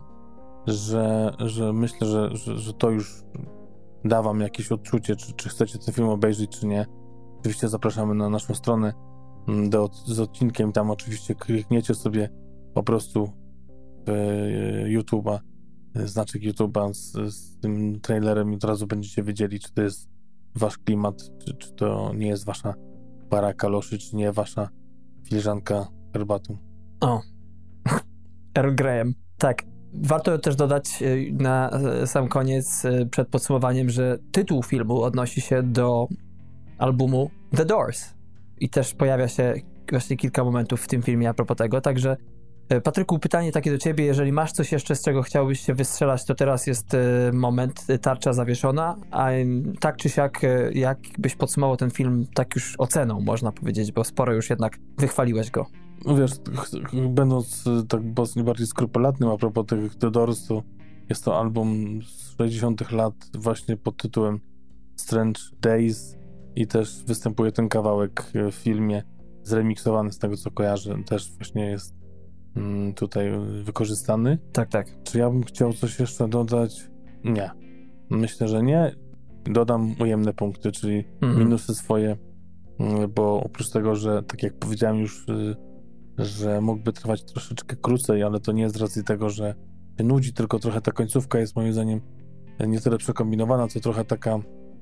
że myślę, że to już da wam jakieś odczucie, czy chcecie ten film obejrzeć, czy nie. Oczywiście zapraszamy na naszą stronę z odcinkiem, tam oczywiście klikniecie sobie po prostu YouTube'a, znaczek YouTube'a z tym trailerem i od razu będziecie wiedzieli, czy to jest wasz klimat, czy to nie jest wasza para kaloszy, czy nie wasza filiżanka herbatu. O, Earl Graham. Tak. Warto też dodać na sam koniec, przed podsumowaniem, że tytuł filmu odnosi się do albumu The Doors. I też pojawia się właśnie kilka momentów w tym filmie a propos tego, także Patryku, pytanie takie do ciebie, jeżeli masz coś jeszcze, z czego chciałbyś się wystrzelać, to teraz jest moment, tarcza zawieszona, a tak czy siak, jak byś podsumował ten film tak już oceną, można powiedzieć, bo sporo już jednak wychwaliłeś go. No wiesz, będąc tak bardziej skrupulatnym a propos tych The Doors, to jest to album z 60 lat właśnie pod tytułem Strange Days i też występuje ten kawałek w filmie, zremiksowany z tego, co kojarzę, też właśnie jest tutaj wykorzystany. Tak. Czy ja bym chciał coś jeszcze dodać? Nie. Myślę, że nie. Dodam ujemne punkty, czyli minusy swoje, bo oprócz tego, że tak jak powiedziałem już, że mógłby trwać troszeczkę krócej, ale to nie z racji tego, że się nudzi, tylko trochę ta końcówka jest moim zdaniem nie tyle przekombinowana, co trochę taka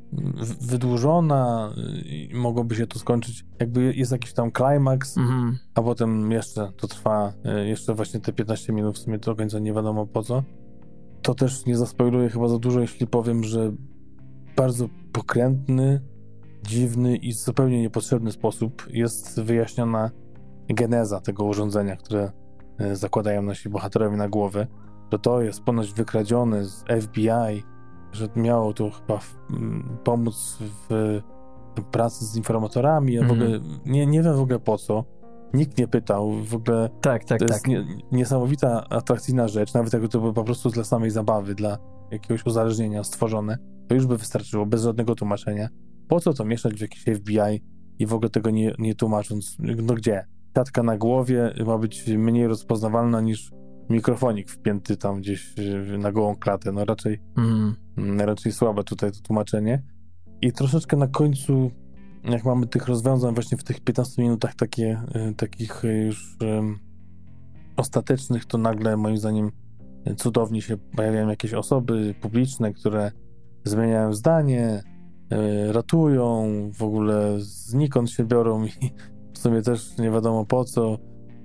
wydłużona i mogłoby się to skończyć, jakby jest jakiś tam klimaks, a potem jeszcze to trwa jeszcze właśnie te 15 minut, w sumie do końca nie wiadomo po co. To też nie zaspoiluję chyba za dużo, jeśli powiem, że bardzo pokrętny, dziwny i zupełnie niepotrzebny sposób jest wyjaśniona geneza tego urządzenia, które zakładają nasi bohaterowie na głowę, że to jest ponoć wykradzione z FBI, że miało to chyba pomóc w pracy z informatorami, ja w ogóle nie wiem w ogóle po co. Nikt nie pytał, w ogóle to jest niesamowita, atrakcyjna rzecz, nawet jakby to było po prostu dla samej zabawy, dla jakiegoś uzależnienia stworzone, to już by wystarczyło, bez żadnego tłumaczenia. Po co to mieszać w jakiś FBI i w ogóle tego nie tłumacząc? No gdzie? Siatka na głowie ma być mniej rozpoznawalna niż mikrofonik wpięty tam gdzieś na gołą klatę. No raczej słabe tutaj to tłumaczenie. I troszeczkę na końcu, jak mamy tych rozwiązań właśnie w tych 15 minutach takich już ostatecznych, to nagle moim zdaniem cudownie się pojawiają jakieś osoby publiczne, które zmieniają zdanie, ratują, w ogóle znikąd się biorą i w sumie też nie wiadomo po co.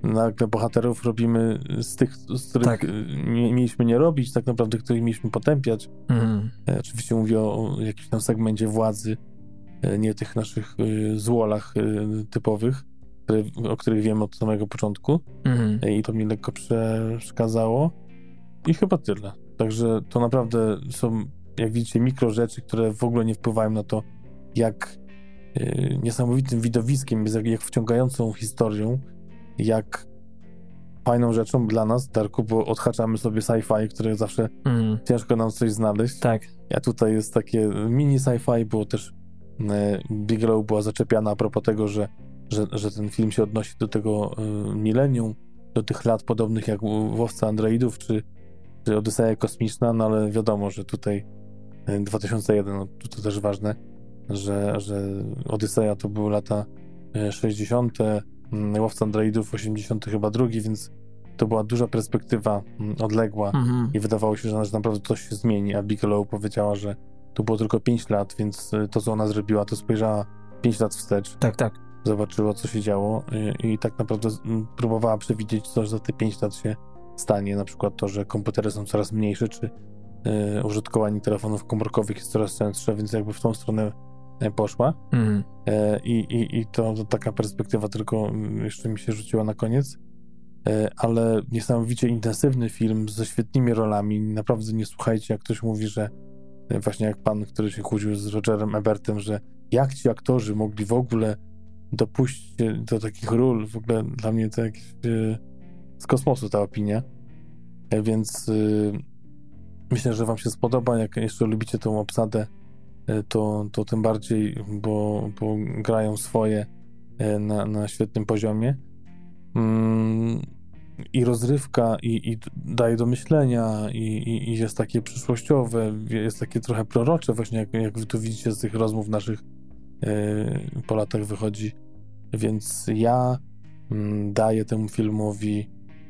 nagle bohaterów robimy z tych, z których mieliśmy nie robić, tak naprawdę których mieliśmy potępiać. Oczywiście mówię o jakimś tam segmencie władzy, nie tych naszych złolach typowych, o których wiemy od samego początku. I to mi lekko przeszkadzało. I chyba tyle. Także to naprawdę są, jak widzicie, mikro rzeczy, które w ogóle nie wpływają na to, jak niesamowitym widowiskiem jest, jak wciągającą historią, jak fajną rzeczą dla nas, Darku, bo odhaczamy sobie sci-fi, które zawsze ciężko nam coś znaleźć. Tak. A tutaj jest takie mini sci-fi, było też Bigelow była zaczepiana a propos tego, że ten film się odnosi do tego milenium, do tych lat podobnych jak Łowca Androidów, czy Odyseja Kosmiczna, no ale wiadomo, że tutaj 2001, no to też ważne, że Odyseja to były lata 60., Łowca Androidów 80 chyba drugi, więc to była duża perspektywa odległa i wydawało się, że naprawdę coś się zmieni, a Bigelow powiedziała, że to było tylko 5 lat, więc to, co ona zrobiła, to spojrzała 5 lat wstecz. Tak. Zobaczyła, co się działo i tak naprawdę próbowała przewidzieć, co za te 5 lat się stanie. Na przykład to, że komputery są coraz mniejsze, czy użytkowanie telefonów komórkowych jest coraz częstsze, więc jakby w tą stronę poszła. I to taka perspektywa tylko jeszcze mi się rzuciła na koniec. Ale niesamowicie intensywny film ze świetnymi rolami. Naprawdę nie słuchajcie, jak ktoś mówi, że właśnie jak pan, który się kłócił z Rogerem Ebertem, że jak ci aktorzy mogli w ogóle dopuścić do takich ról, w ogóle dla mnie to jakieś z kosmosu ta opinia. Więc myślę, że wam się spodoba. Jak jeszcze lubicie tą obsadę, to tym bardziej, bo grają swoje na świetnym poziomie. I rozrywka, i daje do myślenia, i jest takie przyszłościowe, jest takie trochę prorocze, właśnie jak wy tu widzicie z tych rozmów naszych po latach wychodzi. Więc ja daję temu filmowi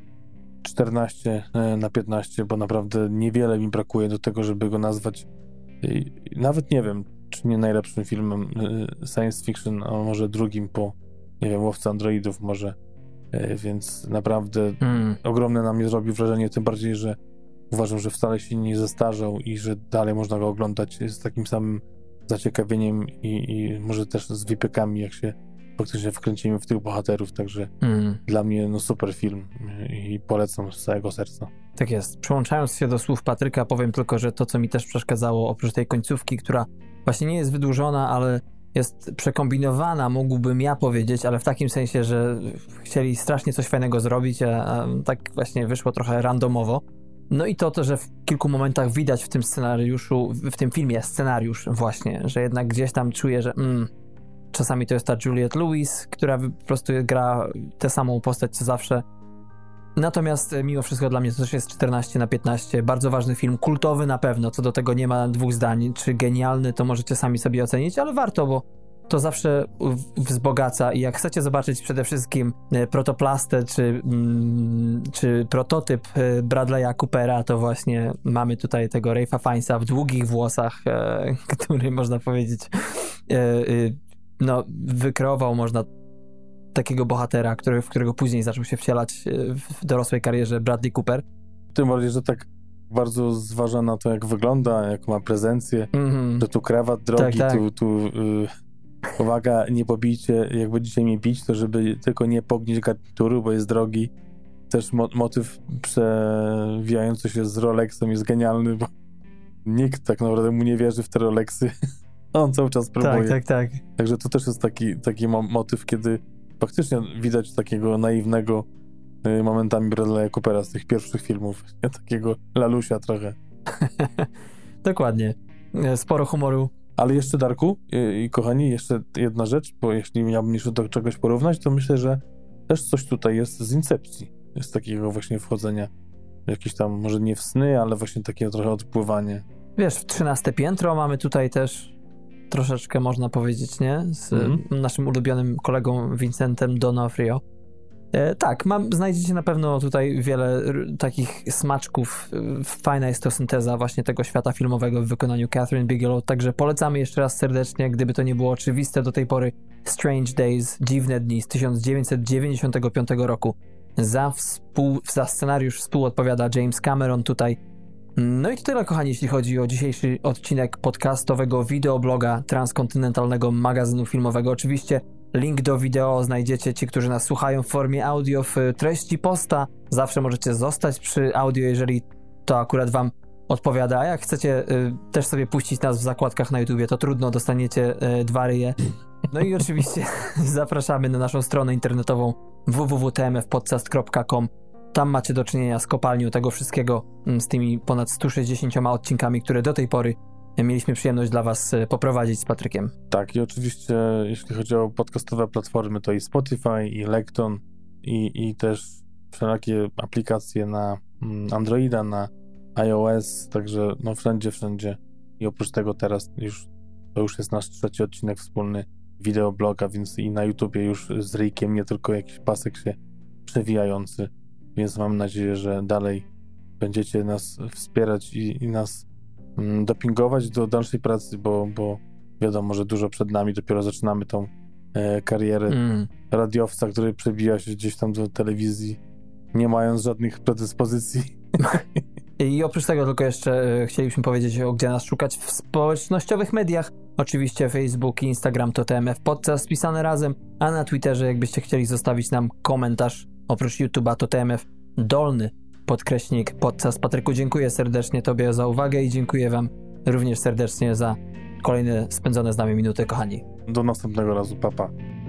14/15, bo naprawdę niewiele mi brakuje do tego, żeby go nazwać, nawet nie wiem, czy nie najlepszym filmem science fiction, a może drugim po, nie wiem, Łowcy Androidów może. Więc naprawdę ogromne na mnie zrobił wrażenie, tym bardziej, że uważam, że wcale się nie zestarzał i że dalej można go oglądać z takim samym zaciekawieniem i może też z wypiekami, jak się faktycznie wkręcimy w tych bohaterów, także dla mnie super film i polecam z całego serca. Tak jest. Przyłączając się do słów Patryka, powiem tylko, że to, co mi też przeszkadzało, oprócz tej końcówki, która właśnie nie jest wydłużona, ale jest przekombinowana, mógłbym ja powiedzieć, ale w takim sensie, że chcieli strasznie coś fajnego zrobić, a tak właśnie wyszło trochę randomowo. No i to, że w kilku momentach widać w tym scenariuszu, w tym filmie scenariusz właśnie, że jednak gdzieś tam czuję, że czasami to jest ta Juliette Lewis, która po prostu gra tę samą postać co zawsze. Natomiast mimo wszystko dla mnie to też jest 14/15. Bardzo ważny film, kultowy na pewno, co do tego nie ma dwóch zdań. Czy genialny, to możecie sami sobie ocenić, ale warto, bo to zawsze wzbogaca i jak chcecie zobaczyć przede wszystkim protoplastę czy prototyp Bradley'a Coopera, to właśnie mamy tutaj tego Ralpha Fiennesa w długich włosach, który można powiedzieć wykreował takiego bohatera, w którego później zaczął się wcielać w dorosłej karierze Bradley Cooper. Tym bardziej, że tak bardzo zważa na to, jak wygląda, jak ma prezencję, że tu krawat drogi, tak. tu uwaga, nie pobijcie, jak będziecie mnie bić, to żeby tylko nie pognieć garnituru, bo jest drogi. Też motyw przewijający się z Rolexem jest genialny, bo nikt tak naprawdę mu nie wierzy w te Rolexy. On cały czas próbuje. Tak. Także to też jest taki motyw, kiedy faktycznie widać takiego naiwnego momentami Bradley'a Coopera z tych pierwszych filmów. Takiego lalusia trochę. Dokładnie. Sporo humoru. Ale jeszcze, Darku i kochani, jeszcze jedna rzecz, bo jeśli miałbym jeszcze do czegoś porównać, to myślę, że też coś tutaj jest z Incepcji. Jest takiego właśnie wchodzenia jakieś tam, może nie w sny, ale właśnie takie trochę odpływanie. Wiesz, w 13 piętro mamy tutaj też troszeczkę, można powiedzieć, nie? Z naszym ulubionym kolegą Vincentem D'Onofrio. Tak, znajdziecie na pewno tutaj wiele takich smaczków. Fajna jest to synteza właśnie tego świata filmowego w wykonaniu Catherine Bigelow, także polecamy jeszcze raz serdecznie, gdyby to nie było oczywiste do tej pory, Strange Days, Dziwne dni z 1995 roku. za scenariusz współodpowiada James Cameron tutaj. No i to tyle, kochani, jeśli chodzi o dzisiejszy odcinek podcastowego wideobloga transkontynentalnego magazynu filmowego. Oczywiście link do wideo znajdziecie, ci, którzy nas słuchają w formie audio, w treści posta. Zawsze możecie zostać przy audio, jeżeli to akurat wam odpowiada. A jak chcecie też sobie puścić nas w zakładkach na YouTubie, to trudno, dostaniecie 2 ryje. No i oczywiście zapraszamy na naszą stronę internetową www.tmfpodcast.com. Tam macie do czynienia z kopalnią tego wszystkiego, z tymi ponad 160 odcinkami, które do tej pory mieliśmy przyjemność dla was poprowadzić z Patrykiem. Tak, i oczywiście jeśli chodzi o podcastowe platformy, to i Spotify, i Lekton, i też wszelakie aplikacje na Androida, na iOS, także no wszędzie. I oprócz tego teraz to już jest nasz 3. odcinek wspólny wideobloga, więc i na YouTubie już z ryjkiem, nie tylko jakiś pasek się przewijający, więc mam nadzieję, że dalej będziecie nas wspierać i nas dopingować do dalszej pracy, bo wiadomo, że dużo przed nami, dopiero zaczynamy tą karierę radiowca, który przebija się gdzieś tam do telewizji, nie mając żadnych predyspozycji. I oprócz tego tylko jeszcze chcielibyśmy powiedzieć, gdzie nas szukać w społecznościowych mediach. Oczywiście Facebook i Instagram to TMF Podcast spisane razem, a na Twitterze, jakbyście chcieli zostawić nam komentarz, oprócz YouTube'a to TMF _podcast. Patryku, dziękuję serdecznie tobie za uwagę i dziękuję wam również serdecznie za kolejne spędzone z nami minuty, kochani. Do następnego razu, pa.